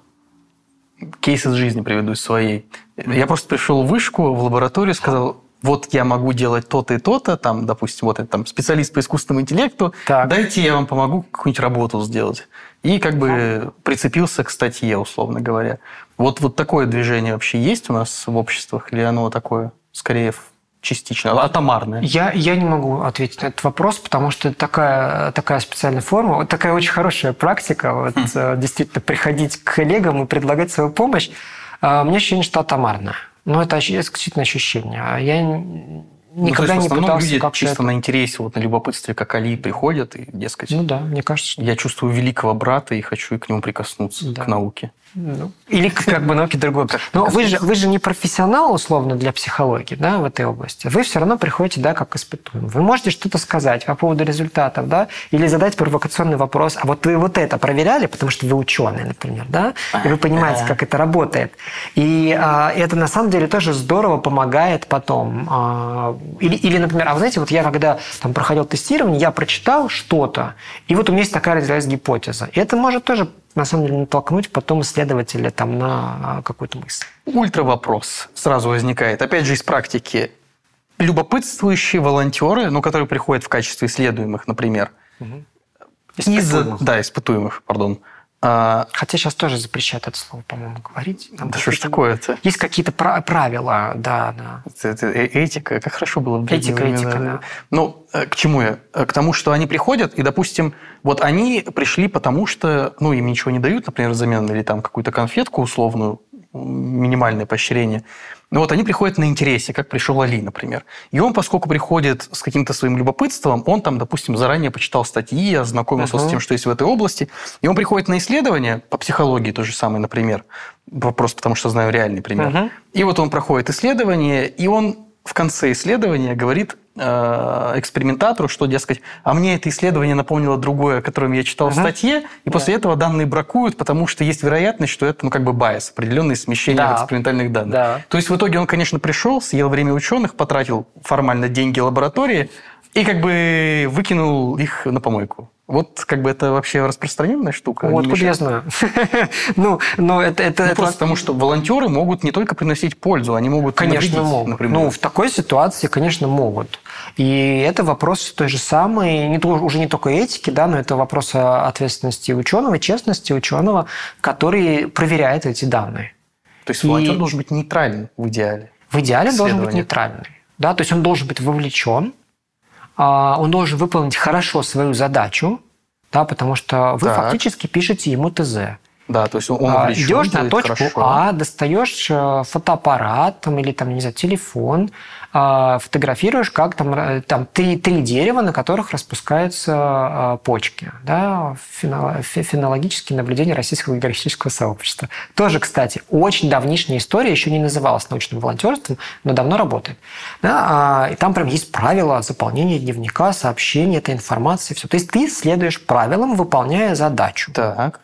кейс из жизни приведу своей. Я просто пришел в вышку, в лабораторию, сказал... Вот я могу делать то-то и то-то, там, допустим, вот я там специалист по искусственному интеллекту, так. дайте я вам помогу какую-нибудь работу сделать. И как бы прицепился к статье, условно говоря. Вот, вот такое движение вообще есть у нас в обществах, или оно такое, скорее, частично, атомарное? Я, я не могу ответить на этот вопрос, потому что это такая, такая специальная форма, вот такая очень хорошая практика, вот, хм. действительно приходить к коллегам и предлагать свою помощь. Мне ощущение, что атомарно. Ну, это исключительно ощущение. Я никогда ну, не пытался... люди чисто это... на интересе, вот на любопытстве, как Али, приходят и, дескать... Ну да, мне кажется, что... Я чувствую великого брата и хочу к нему прикоснуться, да. к науке. Ну, или как бы науке другой. Но вы же, вы же не профессионал, условно, для психологии, да, в этой области. Вы все равно приходите, да, как испытуемый. Вы можете что-то сказать по поводу результатов, да, или задать провокационный вопрос. А вот вы вот это проверяли, потому что вы ученый, например, да, и вы понимаете, как это работает. И а, это на самом деле тоже здорово помогает потом. А, или, или, например, а вы знаете, вот я когда там проходил тестирование, я прочитал что-то, и вот у меня есть такая родилась гипотеза. И это может тоже на самом деле натолкнуть потом исследователя там, на какую-то мысль. Ультравопрос сразу возникает. Опять же, из практики. Любопытствующие волонтеры, ну, которые приходят в качестве исследуемых, например. Угу. Испытуемых. Из, да, испытуемых, пардон. А... Хотя сейчас тоже запрещают это слово, по-моему, говорить. Там да что ж такое-то? Есть какие-то правила, да, да. Это, это, этика, как хорошо было в древние времена. Этика, этика, да. Ну, к чему я? К тому, что они приходят, и, допустим, вот они пришли потому, что, ну, им ничего не дают, например, взамен, или там какую-то конфетку условную, минимальное поощрение. Но вот они приходят на интересе, как пришел Али, например. И он, поскольку приходит с каким-то своим любопытством, он там, допустим, заранее почитал статьи, ознакомился uh-huh. с тем, что есть в этой области, и он приходит на исследование, по психологии то же самое, например, просто потому что знаю реальный пример. Uh-huh. И вот он проходит исследование, и он в конце исследования говорит э, экспериментатору, что, дескать, а мне это исследование напомнило другое, о котором я читал uh-huh. в статье, и yeah. после этого данные бракуют, потому что есть вероятность, что это, ну, как бы байс, определенные смещения да. экспериментальных данных. Да. То есть в итоге он, конечно, пришел, съел время ученых, потратил формально деньги лаборатории и как бы выкинул их на помойку. Вот как бы это вообще распространенная штука. Вот, откуда я знаю. Ну, но это... это, ну, это... Просто потому, что волонтеры могут не только приносить пользу, они могут конечно, навредить, могут. например. Ну, в такой ситуации, конечно, могут. И это вопрос той же самой, не, уже не только этики, да, но это вопрос ответственности ученого, честности ученого, который проверяет эти данные. То есть волонтер и... должен быть нейтрален в идеале? В идеале должен быть нейтральный. Да? То есть он должен быть вовлечен, он должен выполнить хорошо свою задачу, да, потому что вы так. фактически пишете ему ТЗ. Да, то есть он вовлечен, идешь на точку хорошо. А, достаешь фотоаппарат там, или там, не знаю, телефон, фотографируешь, как там, там три, три дерева, на которых распускаются почки. Да, фенологические наблюдения Российского географического сообщества. Тоже, кстати, очень давнишняя история, еще не называлась научным волонтерством, но давно работает. Да, и там прям есть правила заполнения дневника, сообщения этой информации, все. То есть ты следуешь правилам, выполняя задачу. Так.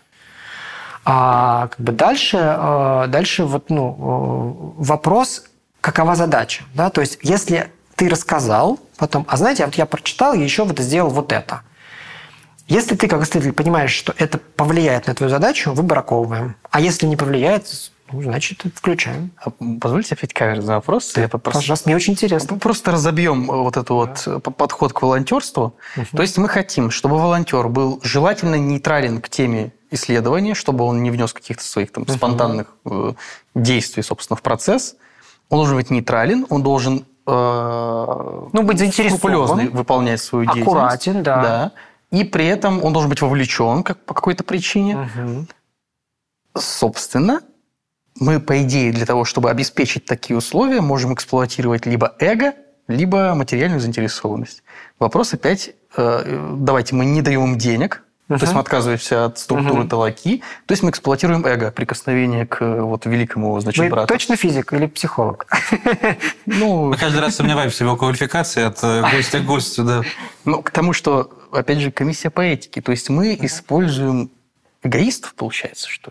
А как бы дальше, дальше вот, ну, вопрос, какова задача. Да? То есть если ты рассказал потом, а знаете, вот я прочитал и еще вот сделал вот это. Если ты как исследователь понимаешь, что это повлияет на твою задачу, выбраковываем. А если не повлияет, ну, значит, включаем. А позвольте опять каверзный вопрос. Да, я попросил. Пожалуйста, мне очень интересно. Просто разобьем вот этот вот подход к волонтерству. Угу. То есть мы хотим, чтобы волонтер был желательно нейтрален к теме исследования, чтобы он не внес каких-то своих там, спонтанных uh-huh. действий, собственно, в процесс. Он должен быть нейтрален, он должен э, ну, быть заинтересован, скрупулезно выполнять свою деятельность. Аккуратен, да. да. И при этом он должен быть вовлечен как, по какой-то причине. Uh-huh. Собственно, мы, по идее, для того, чтобы обеспечить такие условия, можем эксплуатировать либо эго, либо материальную заинтересованность. Вопрос опять, э, давайте мы не даем им денег, Uh-huh. то есть мы отказываемся от структуры uh-huh. толоки, то есть мы эксплуатируем эго, прикосновение к вот, великому, значит, Вы брату. Точно физик или психолог? Ну, мы каждый раз сомневаемся в его квалификации от гостя к гостю, да. Ну, к тому, что, опять же, комиссия по этике, то есть мы используем эгоистов, получается, что ли?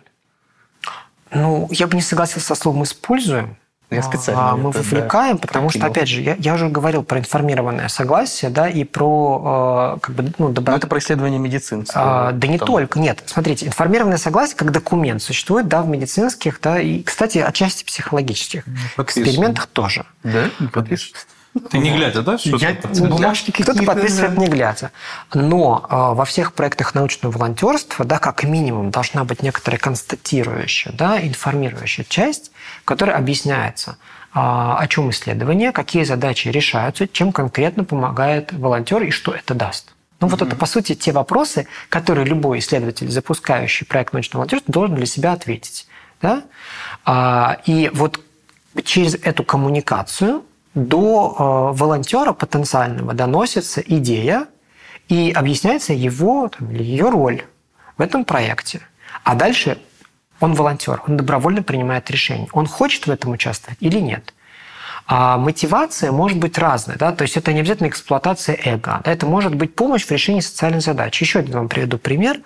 Ну, я бы не согласился со словом «используем». Я специально. А мы это, вовлекаем, да, потому прокинул. что, опять же, я, я уже говорил про информированное согласие, да, и про э, как бы, ну, добро... Но это про исследование медицины. А, да не только, нет. Смотрите, информированное согласие как документ существует, да, в медицинских, да, и, кстати, отчасти психологических экспериментах тоже. Да? Подписываюсь. Ты не глядя, да? Бумажки кто-то подписывает не глядя. Но э, во всех проектах научного волонтерства, да, как минимум, должна быть некоторая констатирующая, да, информирующая часть, которая объясняется, э, о чем исследование, какие задачи решаются, чем конкретно помогает волонтер и что это даст. Ну, mm-hmm. вот это, по сути, те вопросы, которые любой исследователь, запускающий проект научного волонтерства, должен для себя ответить. Да? А, и вот через эту коммуникацию до э, волонтера потенциального доносится идея и объясняется его там, или ее роль в этом проекте. А дальше он волонтер, он добровольно принимает решение. Он хочет в этом участвовать или нет. А мотивация может быть разная. Да? То есть это не обязательно эксплуатация эго. Да? Это может быть помощь в решении социальных задач. Еще один вам приведу пример.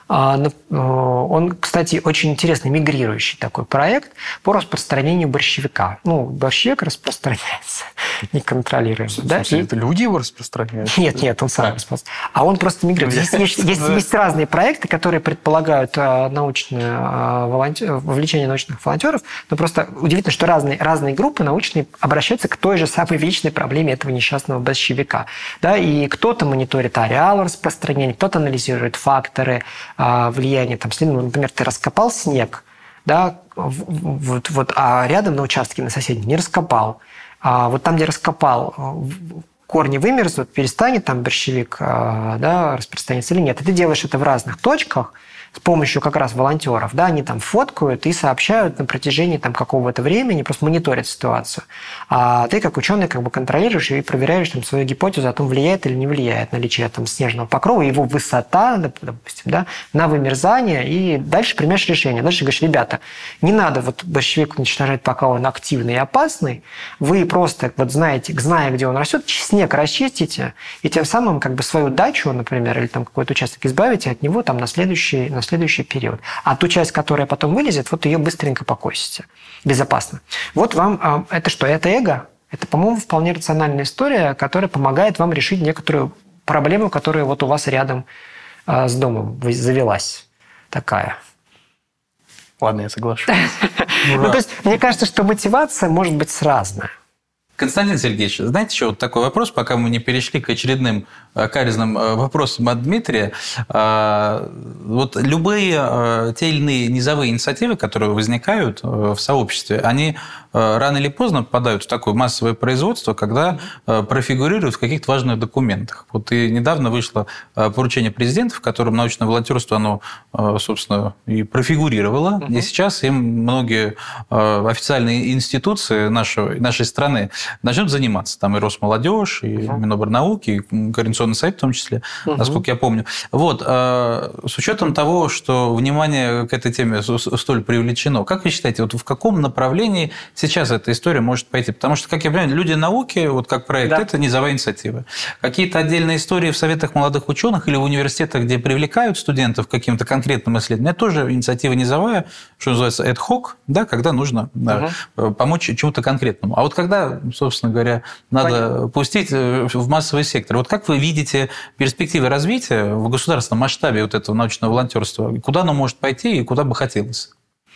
Он, кстати, очень интересный мигрирующий такой проект по распространению борщевика. Ну, борщевик распространяется неконтролируемо. Да? И... Это люди его распространяют? Нет, нет, он сам распространяется. А он просто мигрирует. Есть, есть, есть, есть разные проекты, которые предполагают научное волонтер... вовлечение научных волонтеров, но просто удивительно, что разные, разные группы научные обращаются к той же самой вечной проблеме этого несчастного борщевика. Да? И кто-то мониторит ареал распространения, кто-то анализирует факторы влияние, там, например, ты раскопал снег, да, вот, вот, а рядом на участке, на соседнем, не раскопал. А вот там, где раскопал, корни вымерзнут, перестанет там борщевик, да, распространяться или нет. И ты делаешь это в разных точках с помощью как раз волонтеров, да, они там фоткают и сообщают на протяжении там какого-то времени, просто мониторят ситуацию. А ты как ученый как бы контролируешь и проверяешь там свою гипотезу о том, влияет или не влияет наличие там снежного покрова, его высота, допустим, да, на вымерзание, и дальше принимаешь решение. Дальше говоришь, ребята, не надо вот борщевик уничтожать, пока он активный и опасный, вы просто вот знаете, зная, где он растет, снег снег расчистите, и тем самым как бы свою дачу, например, или там какой-то участок избавите от него там на следующий, на следующий период. А ту часть, которая потом вылезет, вот ее быстренько покосите. Безопасно. Вот вам... Это что? Это эго? Это, по-моему, вполне рациональная история, которая помогает вам решить некоторую проблему, которая вот у вас рядом с домом завелась. Такая. Ладно, я соглашусь. Ну, то есть, мне кажется, что мотивация может быть разная. Константин Сергеевич, знаете, еще вот такой вопрос, пока мы не перешли к очередным каверзным вопросам от Дмитрия. Вот любые те или иные низовые инициативы, которые возникают в сообществе, они рано или поздно попадают в такое массовое производство, когда профигурируют в каких-то важных документах. Вот и недавно вышло поручение президента, в котором научное волонтерство, оно, собственно, и профигурировало. Угу. И сейчас им многие официальные институции нашей, нашей страны начнут заниматься. Там и Росмолодежь, и uh-huh. Миноборнауки, и Координационный совет в том числе, uh-huh. насколько я помню. Вот. С учетом того, что внимание к этой теме столь привлечено, как вы считаете, вот в каком направлении сейчас эта история может пойти? Потому что, как я понимаю, люди науки, вот как проект, да. это низовая инициатива. Какие-то отдельные истории в советах молодых ученых или в университетах, где привлекают студентов к каким-то конкретным исследованиям, это тоже инициатива низовая, что называется ad hoc, да, когда нужно uh-huh. да, помочь чему-то конкретному. А вот когда, собственно говоря, надо Понятно. Пустить в массовый сектор. Вот как вы видите перспективы развития в государственном масштабе вот этого научного волонтерства? Куда оно может пойти и куда бы хотелось?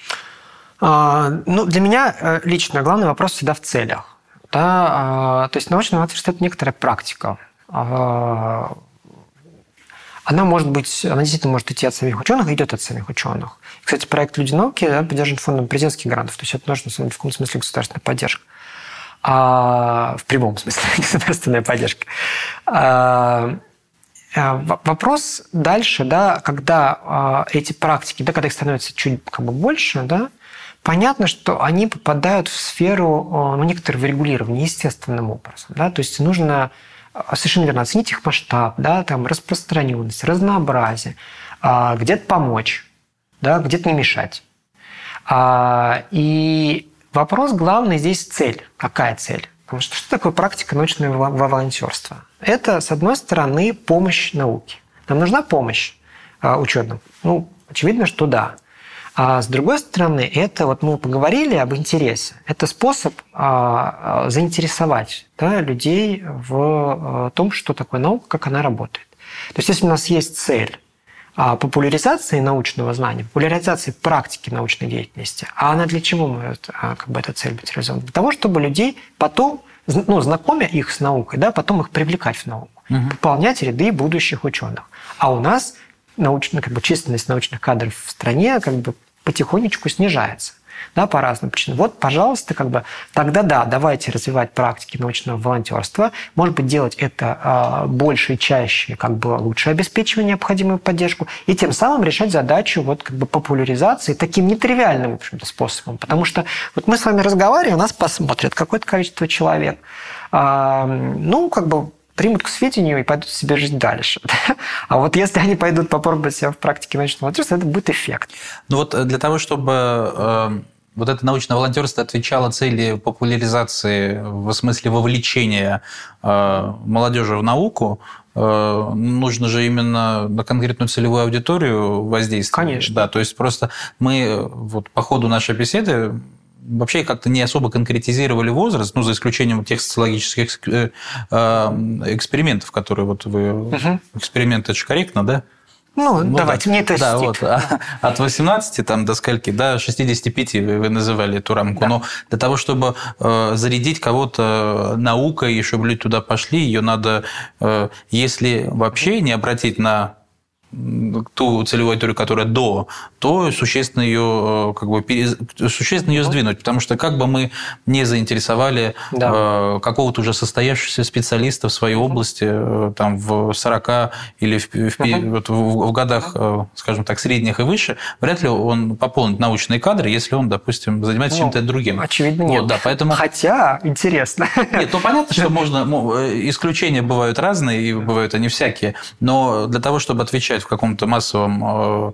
А, ну, для меня лично главный вопрос всегда в целях. Да? А, то есть научное волонтерство – это некоторая практика. А, она может быть, она действительно может идти от самих ученых, идет от самих ученых. Кстати, проект «Люди науки» да, поддержан фондом президентских грантов. То есть это нужно, в каком смысле, государственная поддержка. А, в прямом смысле государственная поддержка. А, вопрос дальше, да, когда а, эти практики, да, когда их становится чуть как бы больше, да, понятно, что они попадают в сферу ну, некоторого регулирования естественным образом. Да, то есть нужно совершенно верно оценить их масштаб, да, там, распространенность, разнообразие, а, где-то помочь, да, где-то не мешать. А, и вопрос главный здесь цель. Какая цель? Потому что что такое практика научного волонтерства? Это, с одной стороны, помощь науке. Нам нужна помощь ученым? Ну, очевидно, что да. А с другой стороны, это, вот мы поговорили об интересе, это способ а, заинтересовать да, людей в том, что такое наука, как она работает. То есть, если у нас есть цель популяризации научного знания, популяризации практики научной деятельности. А она для чего может как бы, эта цель быть реализована? Для того, чтобы людей потом, ну, знакомя их с наукой, да, потом их привлекать в науку, угу. пополнять ряды будущих ученых. А у нас научная, как бы, численность научных кадров в стране как бы, потихонечку снижается. Да, по разным причинам. Вот, пожалуйста, как бы, тогда да, давайте развивать практики научного волонтерства. Может быть, делать это э, больше и чаще, как бы лучше обеспечивать необходимую поддержку, и тем самым решать задачу вот, как бы, популяризации таким нетривиальным, в общем-то, способом. Потому что вот мы с вами разговариваем, нас посмотрят какое-то количество человек. Э, ну, как бы примут к сведению и пойдут себе жить дальше. А вот если они пойдут попробовать себя в практике научного волонтерства, это будет эффект. Ну вот для того, чтобы э, вот это научное волонтерство отвечало цели популяризации в смысле вовлечения э, молодежи в науку, э, нужно же именно на конкретную целевую аудиторию воздействовать. Конечно. Да, то есть просто мы вот по ходу нашей беседы вообще как-то не особо конкретизировали возраст, ну, за исключением тех социологических экспериментов, которые вот вы... Угу. Эксперименты, это же корректно, да? Ну, ну давайте, да. мне это да, вот. От восемнадцати там, до скольки, до шестидесяти пяти вы называли эту рамку. Да. Но для того, чтобы зарядить кого-то наукой, и чтобы люди туда пошли, ее надо, если вообще не обратить на ту целевую аудиторию, которая до, то существенно ее, как бы, перез... существенно ее сдвинуть, потому что как бы мы не заинтересовали да. какого-то уже состоявшегося специалиста в своей области там, в сорока или в, в, uh-huh. вот, в, в годах, скажем так, средних и выше, вряд ли он пополнит научные кадры, если он, допустим, занимается ну, чем-то другим. Очевидно, нет. Вот, да, поэтому... Хотя, интересно. Нет, ну понятно, что можно... Исключения бывают разные, и бывают они всякие, но для того, чтобы отвечать в каком-то массовом,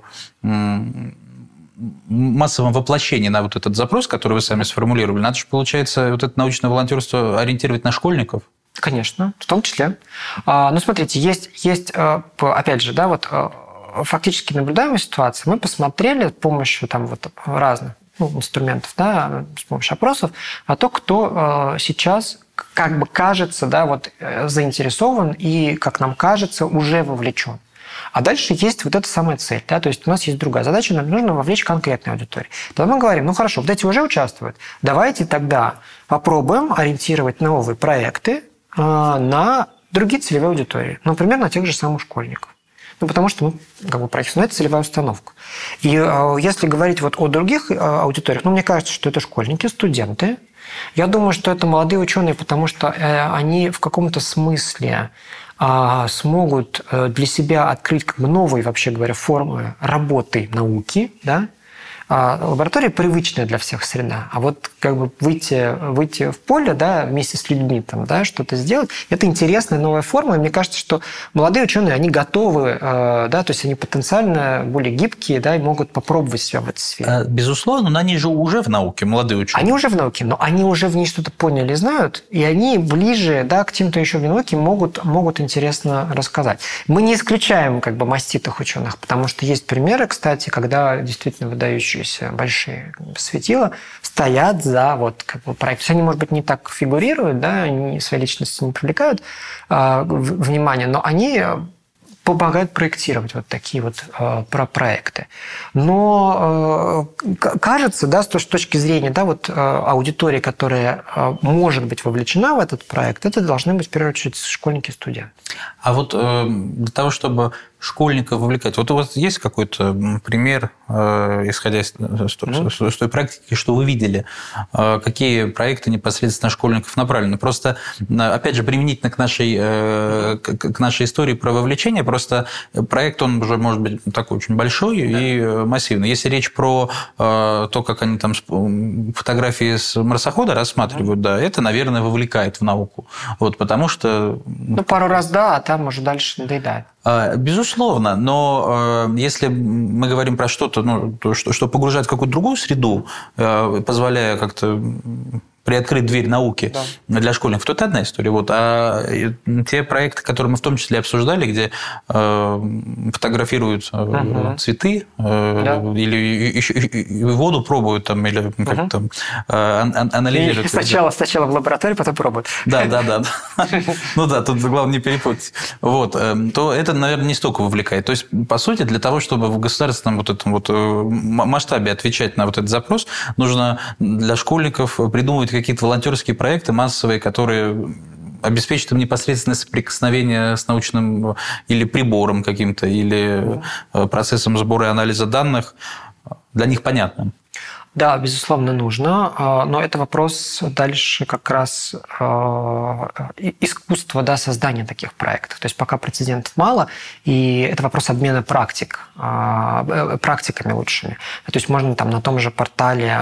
массовом воплощении на вот этот запрос, который вы сами сформулировали, надо же, получается, вот это научное волонтерство ориентировать на школьников. Конечно, в том числе. Ну, смотрите, есть, есть опять же, да, вот фактически наблюдаемая ситуация. Мы посмотрели с помощью там вот разных ну, инструментов, да, с помощью опросов, а то, кто сейчас как бы кажется, да, вот заинтересован и, как нам кажется, уже вовлечен. А дальше есть вот эта самая цель. Да? То есть у нас есть другая задача, нам нужно вовлечь конкретную аудиторию. Тогда мы говорим, ну хорошо, вот эти уже участвуют, давайте тогда попробуем ориентировать новые проекты э, на другие целевые аудитории. Например, на тех же самых школьников. Ну, потому что мы как бы профессиональная целевая установка. И э, если говорить вот о других э, аудиториях, ну, мне кажется, что это школьники, студенты. Я думаю, что это молодые ученые, потому что э, они в каком-то смысле смогут для себя открыть как бы новые, вообще говоря, формы работы науки, да? Лаборатория привычная для всех среда, а вот как бы выйти, выйти в поле, да, вместе с людьми, там, да, что-то сделать, это интересная новая форма, и мне кажется, что молодые ученые, они готовы, да, то есть они потенциально более гибкие, да, и могут попробовать себя в этой сфере. Безусловно, но они же уже в науке, молодые ученые. Они уже в науке, но они уже в ней что-то поняли, знают, и они ближе, да, к тем, кто еще в науке, могут, могут интересно рассказать. Мы не исключаем как бы маститых ученых, потому что есть примеры, кстати, когда действительно выдающиеся большие светила стоят за вот как бы проект. То есть они, может быть, не так фигурируют, да, они своей личности не привлекают э, внимания, но они помогают проектировать вот такие вот э, про проекты. Но э, кажется, да, с точки зрения да, вот, э, аудитории, которая э, может быть вовлечена в этот проект, это должны быть, в первую очередь, школьники и студенты. А вот э, для того, чтобы школьников вовлекать, вот у вас есть какой-то пример, э, исходя из, mm-hmm. с той практики, что вы видели, э, какие проекты непосредственно школьников направлены? Просто, опять же, применительно к нашей, э, к нашей истории про вовлечение, просто проект, он уже может быть такой очень большой yeah. и массивный. Если речь про э, то, как они там фотографии с марсохода рассматривают, mm-hmm. да, это, наверное, вовлекает в науку. Вот, потому что... Ну, пару раз да, а там уже дальше надоедает. Безусловно, но э, если мы говорим про что-то, ну, то, что, что погружает в какую-то другую среду, э, позволяя как-то приоткрыть дверь науки да. для школьников, то это одна история. Вот. А те проекты, которые мы в том числе обсуждали, где э, фотографируют э, угу. цветы э, да. или еще, и воду пробуют, там, или как угу. там, э, анализируют. Сначала, сначала в лаборатории, потом пробуют. Да, да, да. Ну да, тут главное не перепутать. Вот. То это, наверное, не столько вовлекает. То есть, по сути, для того, чтобы в государственном вот этом вот масштабе отвечать на вот этот запрос, нужно для школьников придумывать какие-то волонтерские проекты массовые, которые обеспечат им непосредственное соприкосновение с научным или прибором каким-то, или процессом сбора и анализа данных для них понятным. Да, безусловно, нужно, но это вопрос дальше как раз искусства да, создания таких проектов. То есть пока прецедентов мало, и это вопрос обмена практик, практиками лучшими. То есть можно там на том же портале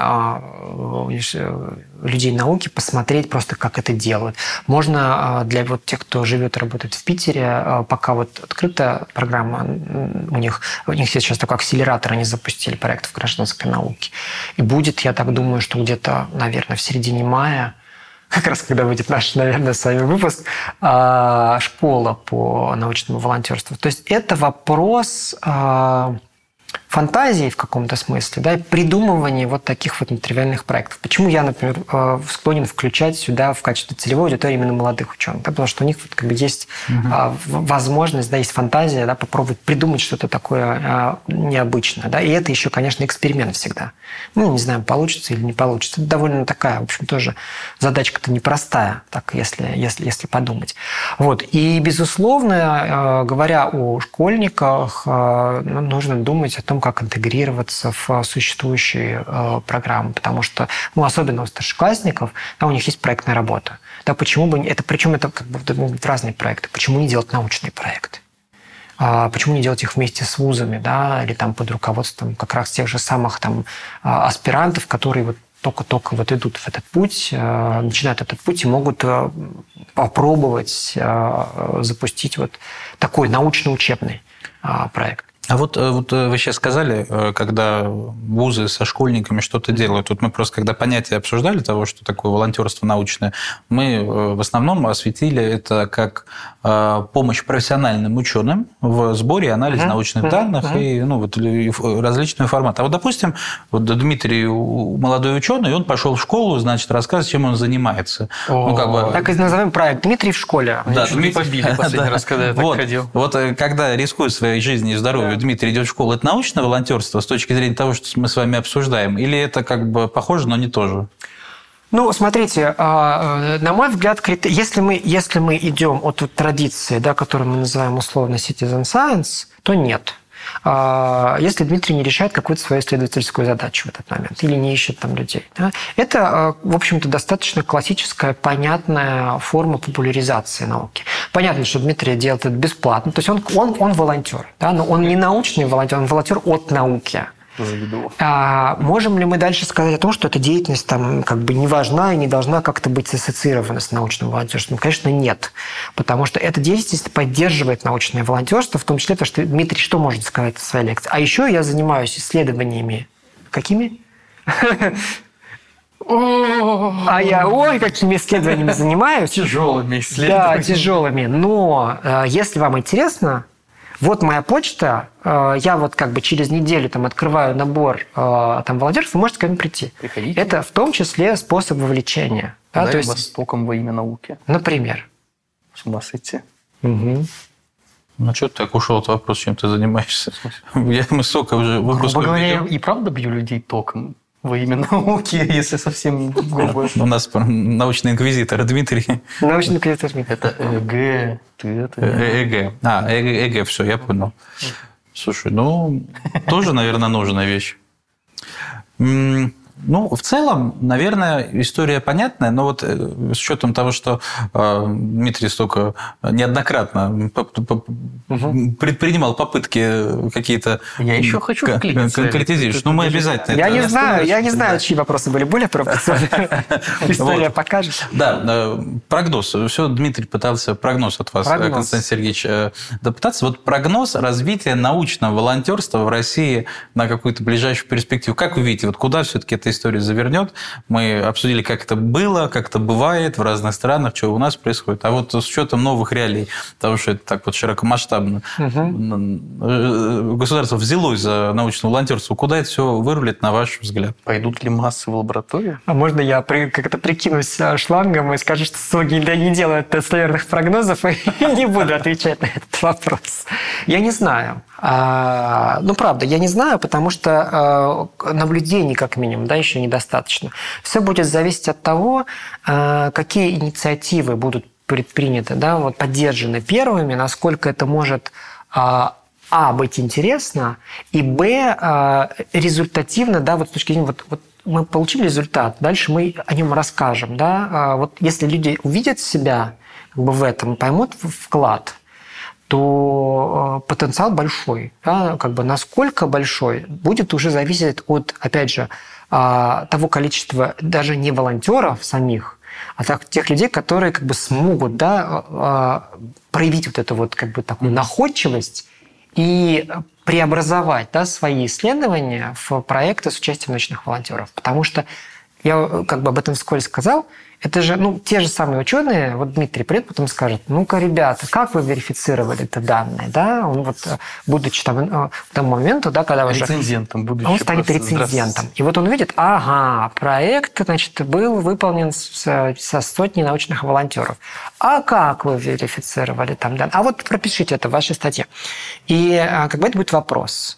людей науки посмотреть просто, как это делают. Можно для вот тех, кто живет и работает в Питере, пока вот открыта программа, у них, у них сейчас такой акселератор, они запустили проект в гражданской науке. И будет, я так думаю, что где-то, наверное, в середине мая, как раз когда выйдет наш, наверное, с вами выпуск, школа по научному волонтерству. То есть это вопрос фантазии в каком-то смысле, да, и придумывания вот таких вот нетривиальных проектов. Почему я, например, склонен включать сюда в качестве целевой аудитории именно молодых ученых? Да, потому что у них вот как бы есть угу. возможность, да, есть фантазия, да, попробовать придумать что-то такое необычное. Да, и это еще, конечно, эксперимент всегда. Ну, не знаю, получится или не получится. Это довольно такая, в общем, тоже задачка-то непростая, так, если, если, если подумать. Вот. И, безусловно, говоря о школьниках, нужно думать о том, как интегрироваться в существующие э, программы, потому что, ну, особенно у старшеклассников, да, у них есть проектная работа. Да, почему бы это, причем это как бы разные проекты. Почему не делать научные проекты? А, почему не делать их вместе с вузами, да, или там под руководством как раз тех же самых там аспирантов, которые вот только-только вот идут в этот путь, э, начинают этот путь и могут э, попробовать э, запустить вот такой научно-учебный э, проект. А вот, вот вы сейчас сказали, когда вузы со школьниками что-то делают, вот мы просто когда понятие обсуждали того, что такое волонтерство научное, мы в основном осветили это как помощь профессиональным ученым в сборе и анализе uh-huh. научных uh-huh. данных uh-huh. и ну, вот, различные форматы. А вот, допустим, вот Дмитрий молодой ученый, он пошел в школу, значит, рассказывает, чем он занимается. Ну, как бы... Так и назовем проект «Дмитрий в школе». Да, Дмитрий побили последний раз, когда я так вот, ходил. Вот когда рискует своей жизнью и здоровьем, Дмитрий идет в школу, это научное волонтерство с точки зрения того, что мы с вами обсуждаем, или это как бы похоже, но не то же? Ну, смотрите, на мой взгляд, если мы, если мы идем от традиции, да, которую мы называем условно citizen science, то нет. Если Дмитрий не решает какую-то свою исследовательскую задачу в этот момент или не ищет там людей. Да? Это, в общем-то, достаточно классическая, понятная форма популяризации науки. Понятно, что Дмитрий делает это бесплатно, то есть он, он, он волонтер, да? Но он не научный волонтер, он волонтер от науки. А можем ли мы дальше сказать о том, что эта деятельность там как бы не важна и не должна как-то быть ассоциирована с научным волонтерством? Конечно, нет. Потому что эта деятельность поддерживает научное волонтерство, в том числе то, что Дмитрий что может сказать в своей лекции. А еще я занимаюсь исследованиями. Какими? А я, ой, какими исследованиями занимаюсь. Тяжелыми исследованиями. Да, тяжелыми. Но если вам интересно... Вот моя почта, я вот как бы через неделю там открываю набор там волонтеров, вы можете ко мне прийти. Приходите. Это в том числе способ вовлечения. Да, то есть... Востоком во имя науки. Например. С ума сойти. Угу. Ну, что ты так ушел от вопроса, чем ты занимаешься? Я, мы сока уже выпуск. Грубо говоря, я и правда бью людей током во имя науки, если совсем грубо. У нас научный инквизитор Дмитрий. Научный инквизитор Дмитрий. Это ЭГ. ЭГ. А, ЭГ, все, я понял. Слушай, ну, тоже, наверное, нужная вещь. Ну, в целом, наверное, история понятная, но вот с учетом того, что э, Дмитрий столько неоднократно угу. предпринимал попытки какие-то я еще хочу конкретизировать, ну мы обязательно. Я не знаю, я не знаю, чьи вопросы были более провокационные. История покажет. Да, прогноз. Все, Дмитрий пытался прогноз от вас, Константин Сергеевич, допытаться. Вот прогноз развития научного волонтерства в России на какую-то ближайшую перспективу. Как вы видите, вот куда все-таки это история завернет. Мы обсудили, как это было, как это бывает в разных странах, что у нас происходит. А вот с учетом новых реалий, потому что это так вот широкомасштабно, угу. государство взялось за научное волонтерство, куда это все вырулит, на ваш взгляд? Пойдут ли массы в лабораторию? А можно я как-то прикинусь шлангом и скажу, что СОГИ не делают достоверных прогнозов и не буду отвечать на этот вопрос? Я не знаю. А, ну, правда, я не знаю, потому что а, наблюдений, как минимум, да, еще недостаточно. Все будет зависеть от того, а, какие инициативы будут предприняты, да, вот, поддержаны первыми, насколько это может а, а быть интересно, и б а, результативно, да, вот с точки зрения вот, вот мы получили результат, дальше мы о нем расскажем, да, а, вот если люди увидят себя как бы в этом, поймут вклад, то потенциал большой. Да? Как бы насколько большой, будет уже зависеть от, опять же, того количества даже не волонтеров самих, а тех людей, которые как бы смогут, да, проявить вот эту вот как бы такую находчивость и преобразовать, да, свои исследования в проекты с участием научных волонтеров. Потому что я как бы об этом вскользь сказал. Это же, ну, те же самые ученые, вот Дмитрий придет, потом скажет, ну-ка, ребята, как вы верифицировали это данные, да? Он вот, будучи там, к тому моменту, да, когда уже... Рецензентом, будучи. Он станет рецензентом. И вот он увидит, ага, проект, значит, был выполнен со, со сотней научных волонтеров. А как вы верифицировали там данные? А вот пропишите это в вашей статье. И как бы это будет вопрос.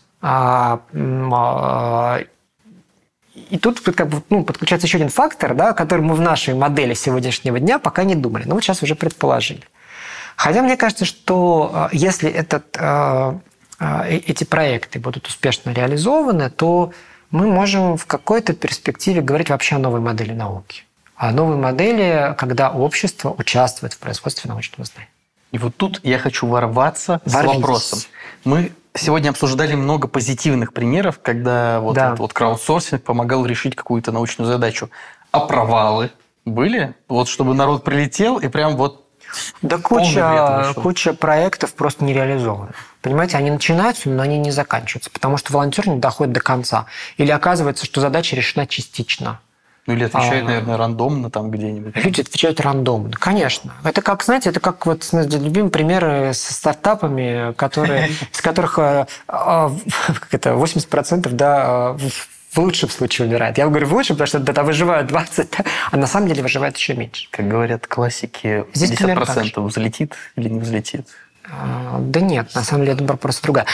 И тут как бы, ну, подключается еще один фактор, да, который мы в нашей модели сегодняшнего дня пока не думали, но вот сейчас уже предположили. Хотя мне кажется, что если этот, эти проекты будут успешно реализованы, то мы можем в какой-то перспективе говорить вообще о новой модели науки. О новой модели, когда общество участвует в производстве научного знания. И вот тут я хочу ворваться Ворвитесь. с вопросом. Мы сегодня обсуждали много позитивных примеров, когда вот да. этот вот краудсорсинг помогал решить какую-то научную задачу. А провалы были? Вот чтобы народ прилетел и прям вот Да куча, куча проектов просто не реализованы. Понимаете, они начинаются, но они не заканчиваются, потому что волонтер не доходит до конца. Или оказывается, что задача решена частично. Ну, или отвечают, а, наверное, рандомно там где-нибудь. Люди отвечают рандомно, конечно. Это как, знаете, это как вот любимые примеры со стартапами, которые, из которых как это, восемьдесят процентов да, в лучшем случае умирает. Я говорю в лучшем, потому что да, выживают двадцать процентов, а на самом деле выживает еще меньше. Как говорят классики, пятьдесят процентов взлетит или не взлетит. Да нет, на самом деле это просто другая.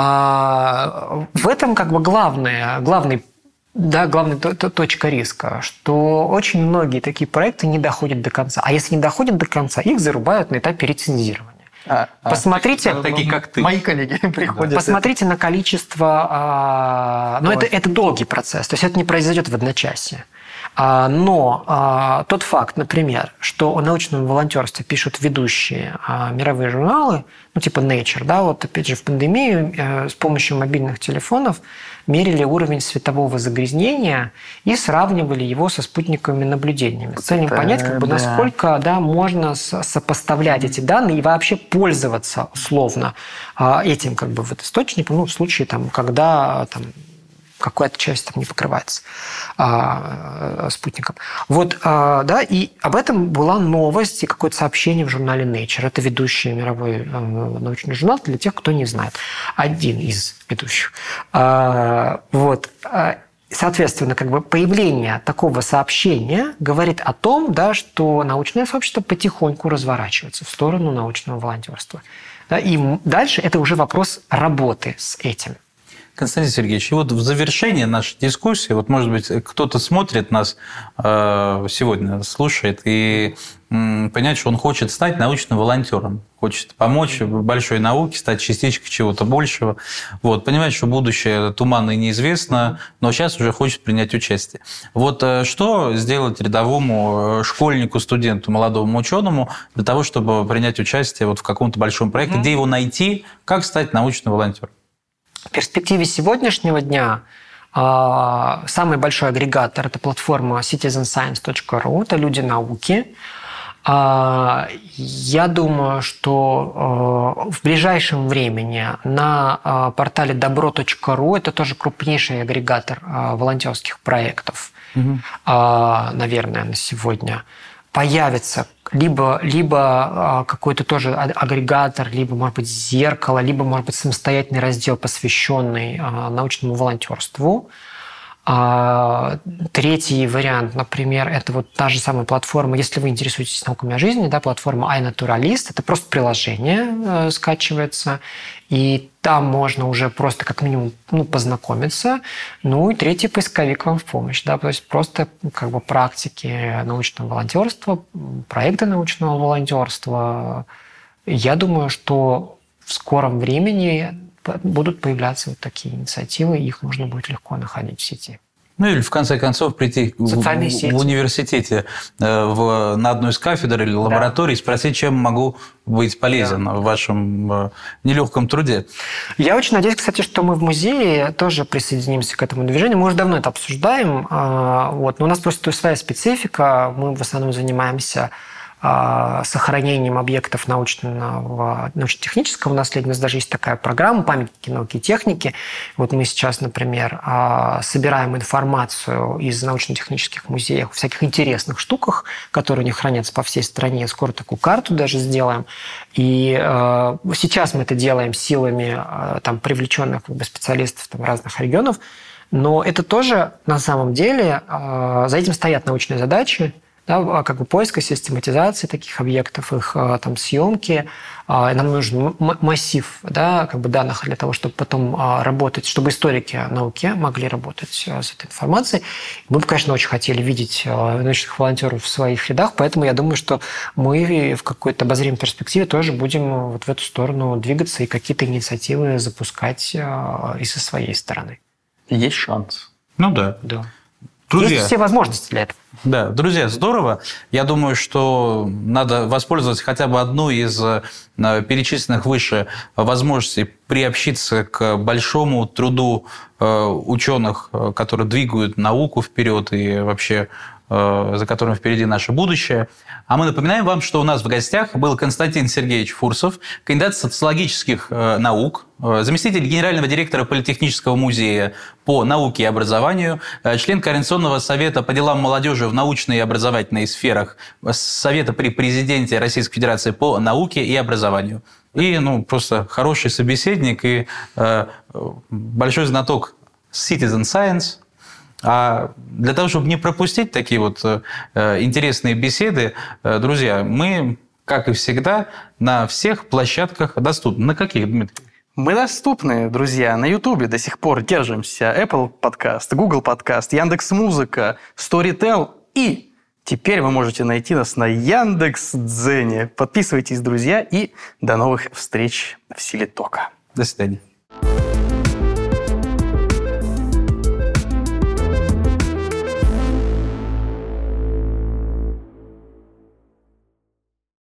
А, в этом как бы главное, главный Да, главная точка риска, что очень многие такие проекты не доходят до конца. А если не доходят до конца, их зарубают на этапе рецензирования. А, посмотрите, а, такие как ты. Мои коллеги приходят. Посмотрите на количество. А, но это, это долгий процесс, то есть это не произойдет в одночасье. А, но а, тот факт, например, что о научном волонтерстве пишут ведущие а, мировые журналы, ну типа Nature, да, вот опять же в пандемию а, с помощью мобильных телефонов мерили уровень светового загрязнения и сравнивали его со спутниковыми наблюдениями. С целью понять, как бы, да. насколько да, можно сопоставлять эти данные и вообще пользоваться условно этим как бы, вот, источником, ну, в случае, там, когда там, какая-то часть там не покрывается а, спутником. Вот, а, да, и об этом была новость и какое-то сообщение в журнале Nature. Это ведущий мировой а, научный журнал для тех, кто не знает. Один из ведущих. А, вот. Соответственно, как бы появление такого сообщения говорит о том, да, что научное сообщество потихоньку разворачивается в сторону научного волонтерства. Да, и дальше это уже вопрос работы с этим. Константин Сергеевич, и вот в завершение нашей дискуссии, вот, может быть, кто-то смотрит нас э, сегодня, слушает, и э, понять, что он хочет стать научным волонтером, хочет помочь большой науке, стать частичкой чего-то большего, вот, понимать, что будущее туманно и неизвестно, но сейчас уже хочет принять участие. Вот э, что сделать рядовому школьнику, студенту, молодому ученому для того, чтобы принять участие вот в каком-то большом проекте, mm-hmm. где его найти, как стать научным волонтером? В перспективе сегодняшнего дня самый большой агрегатор – это платформа ситизен сайенс точка ру, это люди науки. Я думаю, что в ближайшем времени на портале добро точка ру, это тоже крупнейший агрегатор волонтерских проектов, угу. наверное, на сегодня, появится либо, либо какой-то тоже агрегатор, либо, может быть, зеркало, либо, может быть, самостоятельный раздел, посвященный научному волонтерству. Третий вариант, например, это вот та же самая платформа, если вы интересуетесь науками о жизни, да, платформа iNaturalist, это просто приложение э, скачивается, и там можно уже просто как минимум ну, познакомиться. Ну и третий поисковик вам в помощь, да, то есть просто как бы практики научного волонтерства, проекты научного волонтерства. Я думаю, что в скором времени будут появляться вот такие инициативы, и их можно будет легко находить в сети. Ну или в конце концов прийти в, в университете в, на одну из кафедр или лабораторий, да. спросить, чем могу быть полезен да. в вашем нелегком труде. Я очень надеюсь, кстати, что мы в музее тоже присоединимся к этому движению. Мы уже давно это обсуждаем, вот, но у нас просто своя специфика. Мы в основном занимаемся сохранением объектов научного, научно-технического наследия. У нас даже есть такая программа «Памятники науки и техники». Вот мы сейчас, например, собираем информацию из научно-технических музеев о всяких интересных штуках, которые у них хранятся по всей стране. Скоро такую карту даже сделаем. И сейчас мы это делаем силами там, привлеченных как бы, специалистов там, разных регионов. Но это тоже на самом деле, за этим стоят научные задачи, да, как бы поиска, систематизации таких объектов, их там, съемки. Нам нужен массив да, как бы данных для того, чтобы потом работать, чтобы историки науки могли работать с этой информацией. Мы бы, конечно, очень хотели видеть научных волонтеров в своих рядах, поэтому я думаю, что мы в какой-то обозримой перспективе тоже будем вот в эту сторону двигаться и какие-то инициативы запускать и со своей стороны. Есть шанс. Ну да. Да. Друзья, есть все возможности для этого. Да, друзья, здорово. Я думаю, что надо воспользоваться хотя бы одной из перечисленных выше возможностей приобщиться к большому труду ученых, которые двигают науку вперед и вообще за которым впереди наше будущее. А мы напоминаем вам, что у нас в гостях был Константин Сергеевич Фурсов, кандидат социологических наук, заместитель генерального директора Политехнического музея по науке и образованию, член Координационного совета по делам молодежи в научной и образовательной сферах Совета при президенте Российской Федерации по науке и образованию. И ну, просто хороший собеседник и э, большой знаток citizen science. А для того, чтобы не пропустить такие вот э, интересные беседы, э, друзья, мы, как и всегда, на всех площадках доступны. На каких, Дмитрий? Мы доступны, друзья, на Ютубе до сих пор держимся. Apple Podcast, Google Podcast, Яндекс.Музыка, Storytel и... Теперь вы можете найти нас на Яндекс.Дзене. Подписывайтесь, друзья, и до новых встреч в Силе Тока. До свидания.